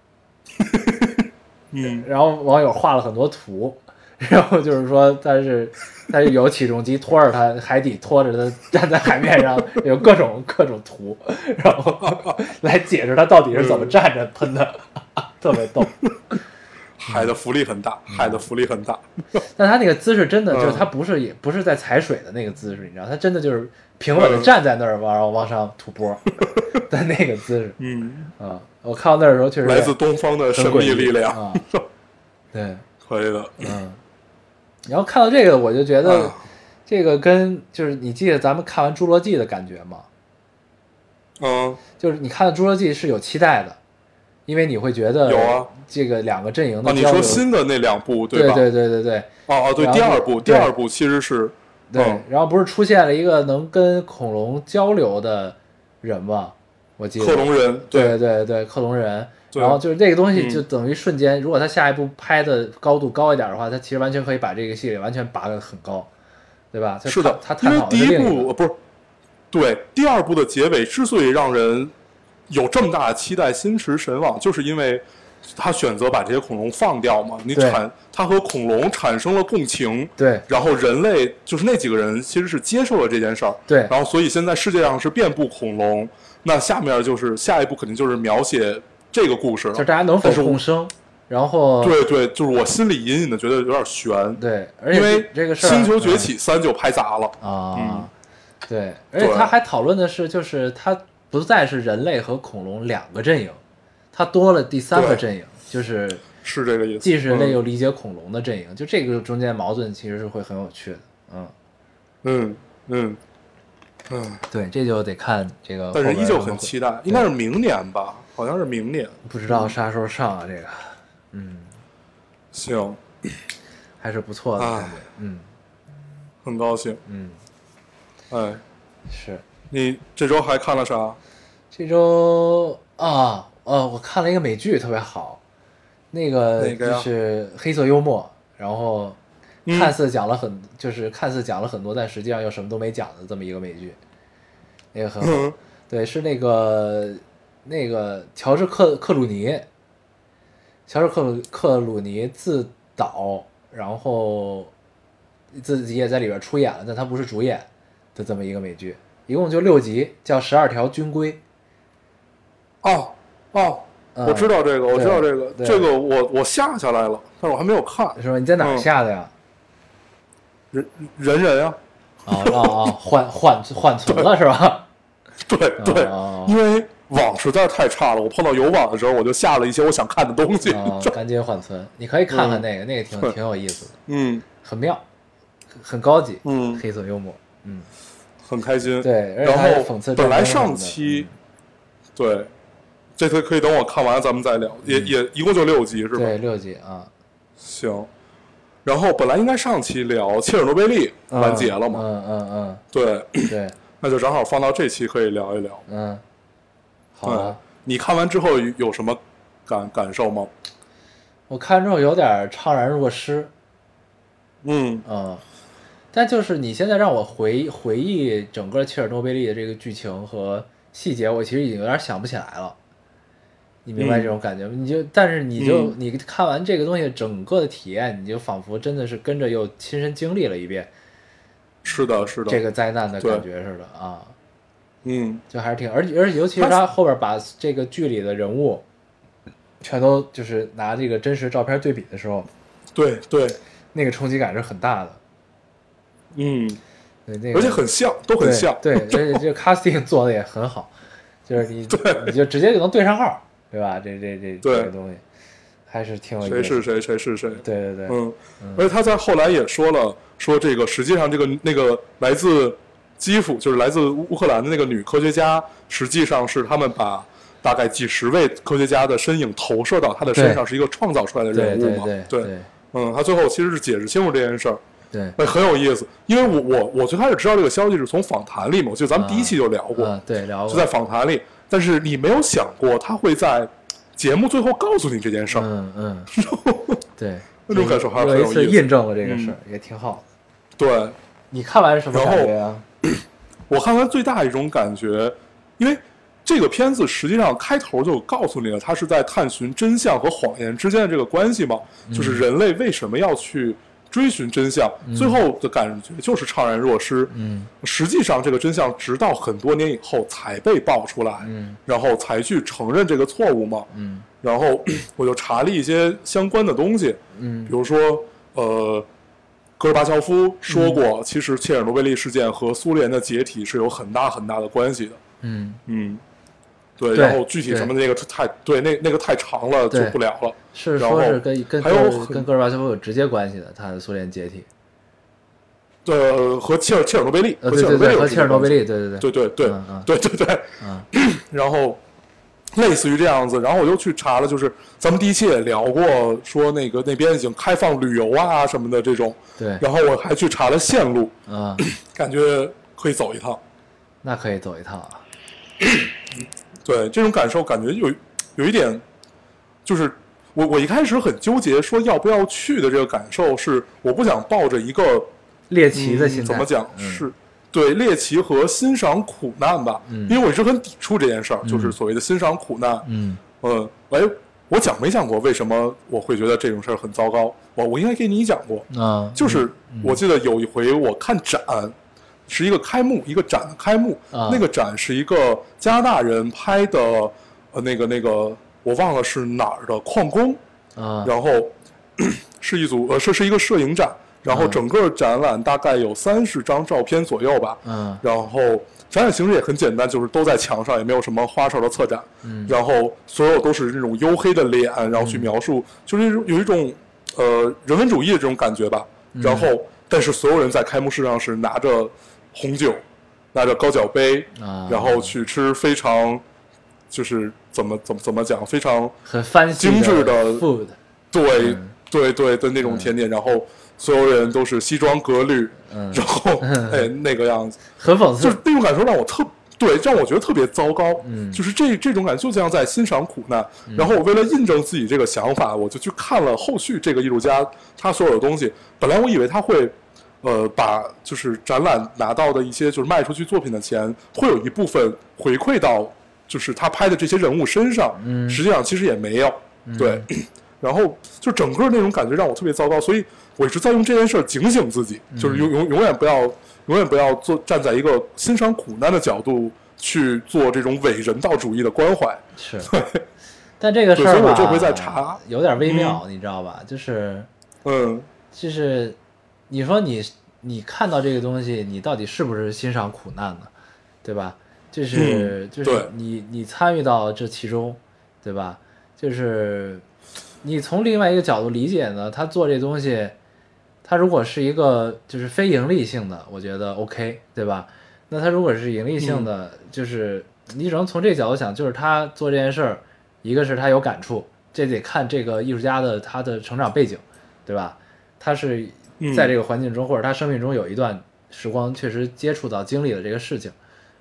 然后网友画了很多图。然后就是说，他是有起重机拖着他，海底拖着他站在海面上，有各种图，然后来解释他到底是怎么站着喷的，特别逗。 海的浮力很大， 但他那个姿势真的就是他也不是在踩水的那个姿势，你知道，他真的就是平稳的站在那儿，然后往上吐波的那个姿势。我看到那儿的时候确实来自东方的神秘力量啊，对， 可以的， 然后看到这个，我就觉得这个就是你记得咱们看完《侏罗纪》的感觉吗？就是你看《侏罗纪》是有期待的，因为你会觉得有啊， 这个两个阵营的交流。 你说新的那两部对吧？ 对。 对，第二部其实是对，然后不是出现了一个能跟恐龙交流的人吗？我记得克隆人， 对，克隆人。然后就是这个东西就等于瞬间，如果他下一步拍的高度高一点的话，他其实完全可以把这个系列完全拔得很高，对吧？ 是的， 他探讨的因为第一部不是，对，第二部的结尾之所以让人有这么大的期待，心驰神往，就是因为他选择把这些恐龙放掉嘛，他和恐龙产生了共情， 对， 然后人类就是那几个人其实是接受了这件事儿， 对， 然后所以现在世界上是遍布恐龙，那下一步肯定就是描写这个故事了， 就大家能否共生，然后对，就是我心里隐隐的觉得有点悬， 对，而且因为这个事儿 《星球崛起3》就拍砸了对，而且他还讨论的是，就是他不再是人类和恐龙两个阵营，他多了第三个阵营，就是这个意思， 既是人类又理解恐龙的阵营，就这个中间矛盾其实是会很有趣的，对，这就得看这个， 但是依旧很期待，应该是明年吧，好像是明年， 不知道啥时候上啊？这个， 行， 还是不错的感觉， 很高兴， 是你这周还看了啥？ 这周我看了一个美剧，特别好，那个就是黑色幽默，然后看似讲了很多，但实际上又什么都没讲的这么一个美剧，那个很好，对，是那个乔治克鲁尼自导，然后自己也在里边出演了，但他不是主演的这么一个美剧，一共就6集，叫《12条军规》。 我知道这个，这个我下来了，但是我还没有看。 是吧？你在哪儿下的呀？ 人呀。 缓存了是吧？ 对，因为网实在太差了，我碰到有网的时候，我就下了一些我想看的东西。 赶紧缓存，你可以看看那个挺有意思的，很妙，很高级，黑色幽默， 很开心。 对， 然后讽刺本来上期，对，这次可以等我看完咱们再聊，也一共就6集是吧？ 对，6集啊。 行。然后本来应该上期聊切尔诺贝利完结了嘛？ 对。 那就正好放到这期可以聊一聊。 嗯，好啊。 你看完之后有什么感受吗？ 我看之后有点怅然若失。但就是你现在让我回忆整个切尔诺贝利的这个剧情和细节，我其实已经有点想不起来了。你明白这种感觉吗？但是你看完这个东西整个的体验，你就仿佛真的是跟着又亲身经历了一遍。 是的，这个灾难的感觉似的啊。就还是挺，而且尤其是他后边把这个剧里的人物全都就是拿这个真实照片对比的时候， 对， 那个冲击感是很大的。对，那个而且很像，都很像。 对，而且这个 casting 做的也很好，就是你就直接就能对上号，对吧？这个东西还是挺有意思的。 谁是谁？ 对。 而且他在后来也说了，说这个实际上那个来自基辅，就是来自乌克兰的那个女科学家，实际上是他们把大概几十位科学家的身影投射到他的身上，是一个创造出来的人物嘛？ 对。 他最后其实是解释清楚这件事儿。 对， 很有意思，因为我最开始知道这个消息是从访谈里嘛，我记得咱们第一期就聊过， 对，聊过， 就在访谈里，但是你没有想过他会在节目最后告诉你这件事儿， 对， 那种感受还是很有意思， 有一次印证了这个事儿，也挺好的。 对， 你看完什么感觉啊？ 我看完最大一种感觉，因为这个片子实际上开头就告诉你了，它是在探寻真相和谎言之间的这个关系嘛，就是人类为什么要去追寻真相，最后的感觉就是怅然若失。实际上这个真相直到很多年以后才被爆出来，然后才去承认这个错误嘛。然后我就查了一些相关的东西，比如说戈尔巴乔夫说过，其实切尔诺贝利事件和苏联的解体是有很大很大的关系的。对，然后具体什么那个太对，那个太长了，就不聊了。 是说是跟戈尔巴乔夫有直接关系的，他的苏联解体。 和切尔诺贝利， 和切尔诺贝利， 对。然后类似于这样子，然后我又去查了，就是咱们第一期也聊过，说那边已经开放旅游啊什么的这种。 对。 然后我还去查了线路，感觉可以走一趟。 那可以走一趟啊。 对，这种感受感觉有一点，就是我一开始很纠结说要不要去的这个感受是，我不想抱着一个猎奇的心态， 怎么讲是对猎奇和欣赏苦难吧，因为我一直很抵触这件事儿，就是所谓的欣赏苦难。我讲没讲过为什么我会觉得这种事儿很糟糕？我应该给你讲过，就是我记得有一回我看展。是一个开幕，一个展的开幕，那个展是一个加拿大人拍的，那个我忘了是哪儿的矿工，然后是一个摄影展，然后整个展览大概有30张照片左右吧，然后展览形式也很简单，就是都在墙上，也没有什么花哨的策展，然后所有都是那种黝黑的脸，然后去描述，就是有一种人文主义的这种感觉吧，然后但是所有人在开幕式上是拿着红酒，拿着高脚杯，然后去吃非常，就是怎么讲，非常很精致的 food， 对的那种甜点，然后所有人都是西装革履，然后那个样子， 很讽刺， 就是那种感受让我觉得特别糟糕，就是这种感觉就像在欣赏苦难。然后我为了印证自己这个想法，我就去看了后续这个艺术家他所有的东西。本来我以为他会。把就是展览拿到的一些就是卖出去作品的钱，会有一部分回馈到就是他拍的这些人物身上，实际上其实也没有，对，然后就整个那种感觉让我特别糟糕，所以我一直在用这件事警醒自己，就是永远不要站在一个欣赏苦难的角度去做这种伪人道主义的关怀， 是，但这个事儿吧， 所以我这回在查， 有点微妙，你知道吧？就是你说你看到这个东西，你到底是不是欣赏苦难呢？对吧？就是你参与到这其中，对吧？就是你从另外一个角度理解呢，他做这东西，他如果是一个就是非盈利性的，我觉得 OK， 对吧？那他如果是盈利性的，就是你只能从这个角度想，就是他做这件事儿，一个是他有感触，这得看这个艺术家的他的成长背景，对吧？他是在这个环境中，或者他生命中有一段时光确实接触到经历了这个事情，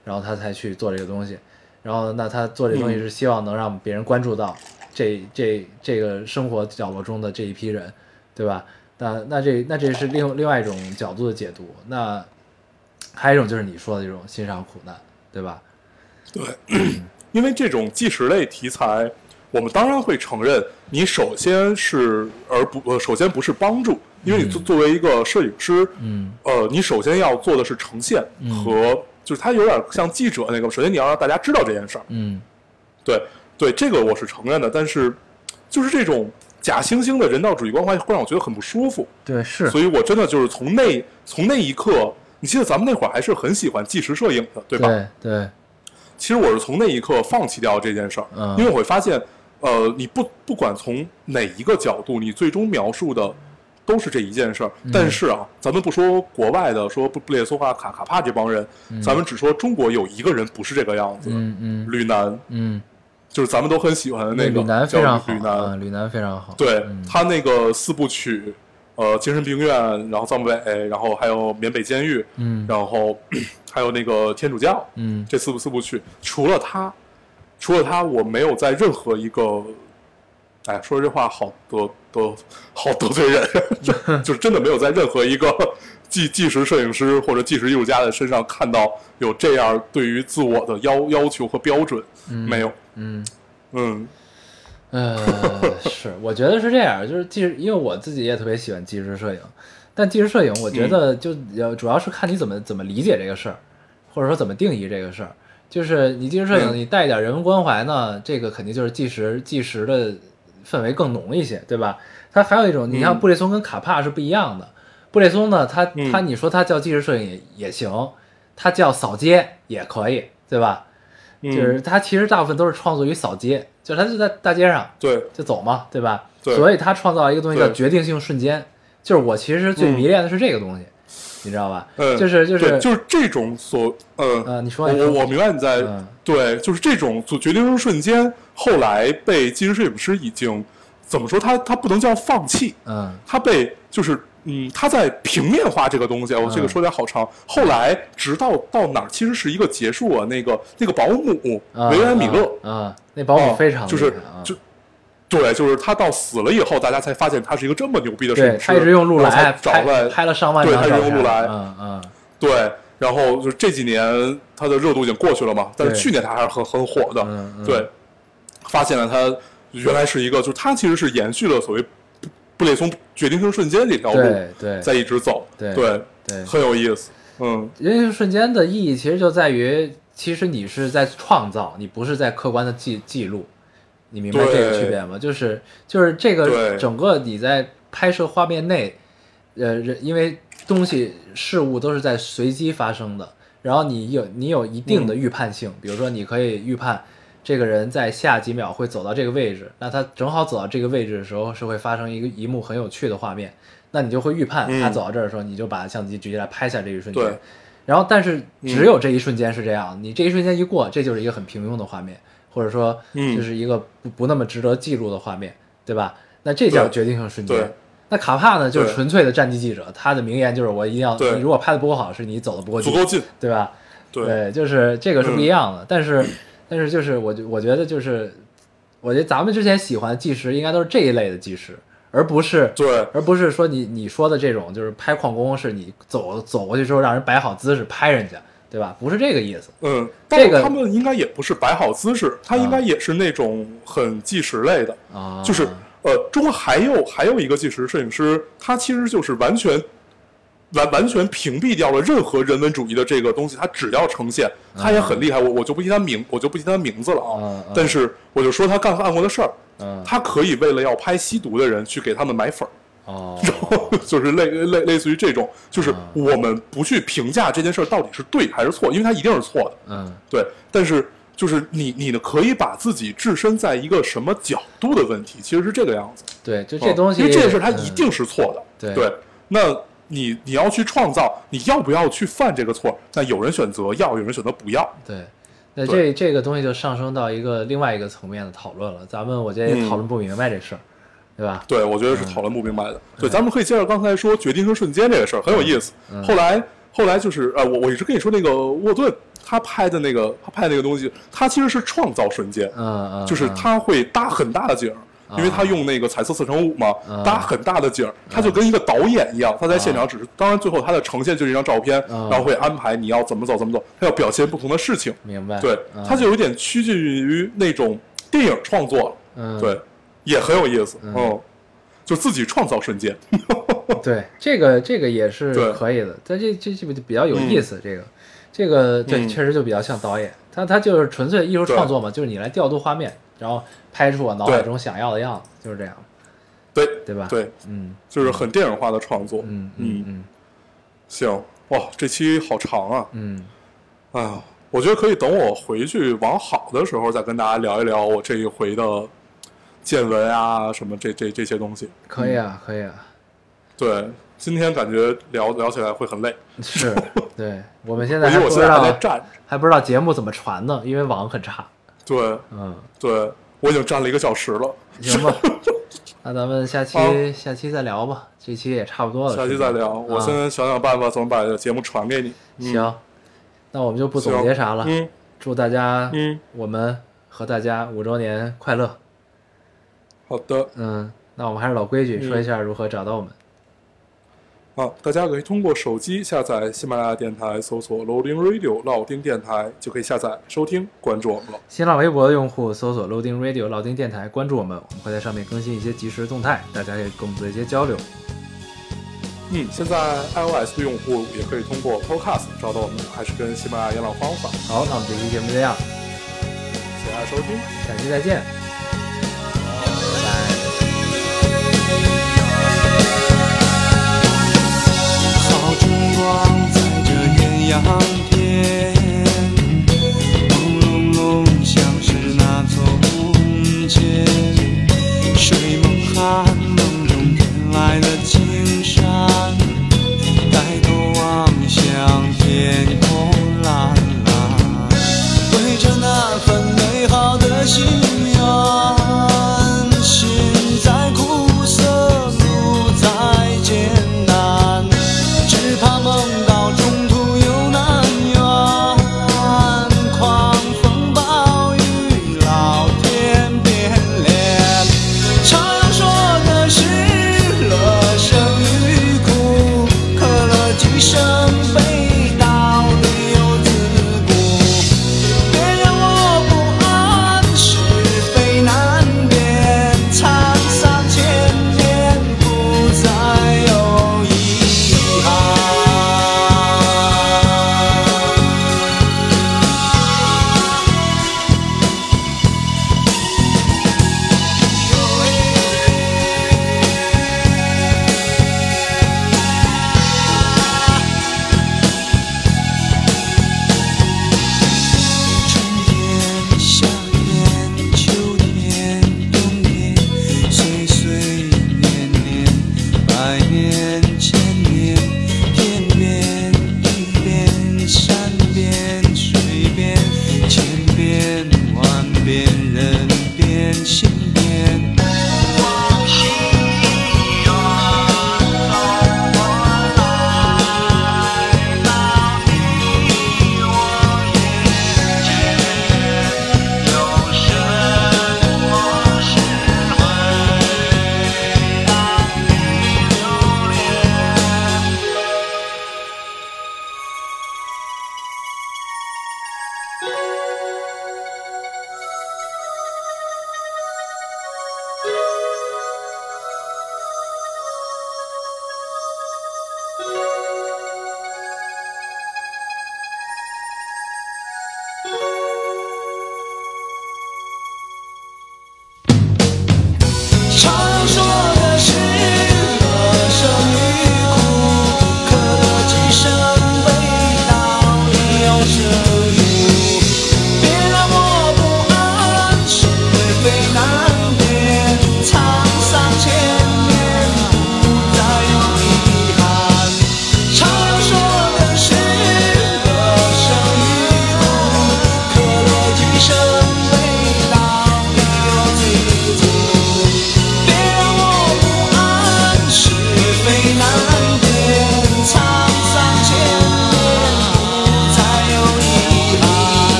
然后他才去做这个东西，然后那他做这个东西是希望能让别人关注到这个生活角落中的这一批人，对吧？那这是另外一种角度的解读。那还有一种就是你说的这种欣赏苦难，对吧？ 对，因为这种纪实类题材，我们当然会承认，你首先不是帮助，因为你作为一个摄影师，你首先要做的是呈现和，就是它有点像记者那个，首先你要让大家知道这件事儿，对，这个我是承认的，但是就是这种假惺惺的人道主义关怀会让我觉得很不舒服。 对，是， 所以我真的就是从那一刻，你记得咱们那会儿还是很喜欢纪实摄影的，对吧？ 对。 其实我是从那一刻放弃掉这件事儿，因为我会发现，你不管从哪一个角度，你最终描述的都是这一件事儿。但是啊，咱们不说国外的，说布列松啊、卡帕这帮人，咱们只说中国有一个人不是这个样子，吕南，就是咱们都很喜欢的那个吕南非常好， 吕南非常好， 对，他那个4部曲。精神病院，然后藏北，然后还有缅北监狱，然后还有那个天主教，这四部曲，除了他，我没有在任何一个，哎，说这话好得罪人，就是真的没有在任何一个纪实摄影师或者纪实艺术家的身上看到有这样对于自我的要求和标准，没有， 是，我觉得是这样，就是因为我自己也特别喜欢纪实摄影，但纪实摄影我觉得就主要是看你怎么理解这个事儿，或者说怎么定义这个事儿。就是你纪实摄影，你带一点人文关怀呢，这个肯定就是纪实的氛围更浓一些，对吧？它还有一种，你像布列松跟卡帕是不一样的。布列松呢，他你说他叫纪实摄影也行，他叫扫街也可以，对吧？就是他其实大部分都是创作于扫街，就是他就在大街上对就走嘛，对吧？ 对， 所以他创造一个东西叫决定性瞬间，就是我其实最迷恋的是这个东西，你知道吧？就是这种你说我明白你在对，就是这种决定性瞬间，后来被纪实摄影师已经怎么说？他不能叫放弃，他被就是他在平面化这个东西，我这个说点好长。后来直到哪儿，其实是一个结束啊。那个保姆维安米勒那保姆非常对，就是他到死了以后，大家才发现他是一个这么牛逼的摄影师。 他一直用禄来拍了上万张照片。 对，他一直用禄来。对，然后就这几年他的热度已经过去了嘛，但是去年他还是很火的。对，发现了他原来是一个，就是他其实是延续了所谓布列松决定性瞬间这条路， 对， 在一直走，对，很有意思。 决定性瞬间的意义其实就在于，其实你是在创造，你不是在客观的记录。你明白这个区别吗？就是这个整个你在拍摄画面内，因为东西事物都是在随机发生的，然后你有一定的预判性，比如说你可以预判这个人在下几秒会走到这个位置，那他正好走到这个位置的时候是会发生一幕很有趣的画面，那你就会预判他走到这儿的时候，你就把相机直接来拍下这一瞬间。然后但是只有这一瞬间是这样，你这一瞬间一过，这就是一个很平庸的画面。或者说，就是一个不那么值得记录的画面，对吧？那这叫决定性瞬间。那卡帕呢，就是纯粹的战地记者，他的名言就是我一定要，你如果拍的不够好，是你走的不够近，对吧？对，就是这个是不一样的。但是就是我觉得就是我觉得咱们之前喜欢纪实应该都是这一类的纪实，而不是说你说的这种就是拍矿工是你走过去之后让人摆好姿势拍人家，对吧？不是这个意思。 但是他们应该也不是摆好姿势，他应该也是那种很纪实类的。就是中国还有一个纪实摄影师，他其实就是完全屏蔽掉了任何人文主义的这个东西，他只要呈现，他也很厉害。我就不提他名字了啊。但是我就说他干过的事儿。他可以为了要拍吸毒的人去给他们买粉就是类似于这种，就是我们不去评价这件事到底是对还是错，因为它一定是错的。对。但是就是你呢，可以把自己置身在一个什么角度的问题，其实是这个样子。 对，就这东西， 因为这件事它一定是错的。对。那你要去创造，你要不要去犯这个错？那有人选择要，有人选择不要。 对。那这个东西就上升到另外一个层面的讨论了。咱们我觉得也讨论不明白这事儿。对吧？ 对，我觉得是讨论不明白的。对，咱们可以接着刚才说决定性瞬间这个事儿很有意思。后来后来就是我一直跟你说那个沃顿他拍的那个东西，他其实是创造瞬间，就是他会搭很大的景。因为他用那个彩色4:5嘛，搭很大的景，他就跟一个导演一样，他在现场只是，当然最后他的呈现就是一张照片，然后会安排你要怎么走，他要表现不同的事情。 明白？ 对，他就有点趋近于那种电影创作了，对，也很有意思，就自己创造瞬间。 对，这个也是可以的，但这比较有意思，这个对，确实就比较像导演，他就是纯粹艺术创作嘛，就是你来调度画面，然后拍出我脑海中想要的样子，就是这样，对吧？ 对，就是很电影化的创作，行，哇，这期好长啊，哎呀，我觉得可以等我回去往好的时候再跟大家聊一聊我这一回的见闻啊什么这些东西。 可以啊，可以啊。 对，今天感觉聊起来会很累。 是，对，我们现在还不知道节目怎么传呢，因为网很差。 对，对，我已经站了1个小时了。 行吧，那咱们下期再聊吧，这期也差不多了。 下期再聊，我先想办法怎么把节目传给你。 行，那我们就不总结啥了。祝大家，我们和大家5周年快乐。 好的。 那我们还是老规矩，说一下如何找到我们。 大家可以通过手机下载喜马拉雅电台，搜索 Loading Radio 老丁电台，就可以下载收听关注我们了。 新浪微博的用户搜索 Loading Radio 老丁电台，关注我们，我们会在上面更新一些即时动态，大家可以跟我们做一些交流。 现在 iOS 的用户也可以通过 Podcast 找到我们，还是跟喜马拉雅一样的方法。 好，那我们这期节目这样， 谢谢大家收听， 下期再见。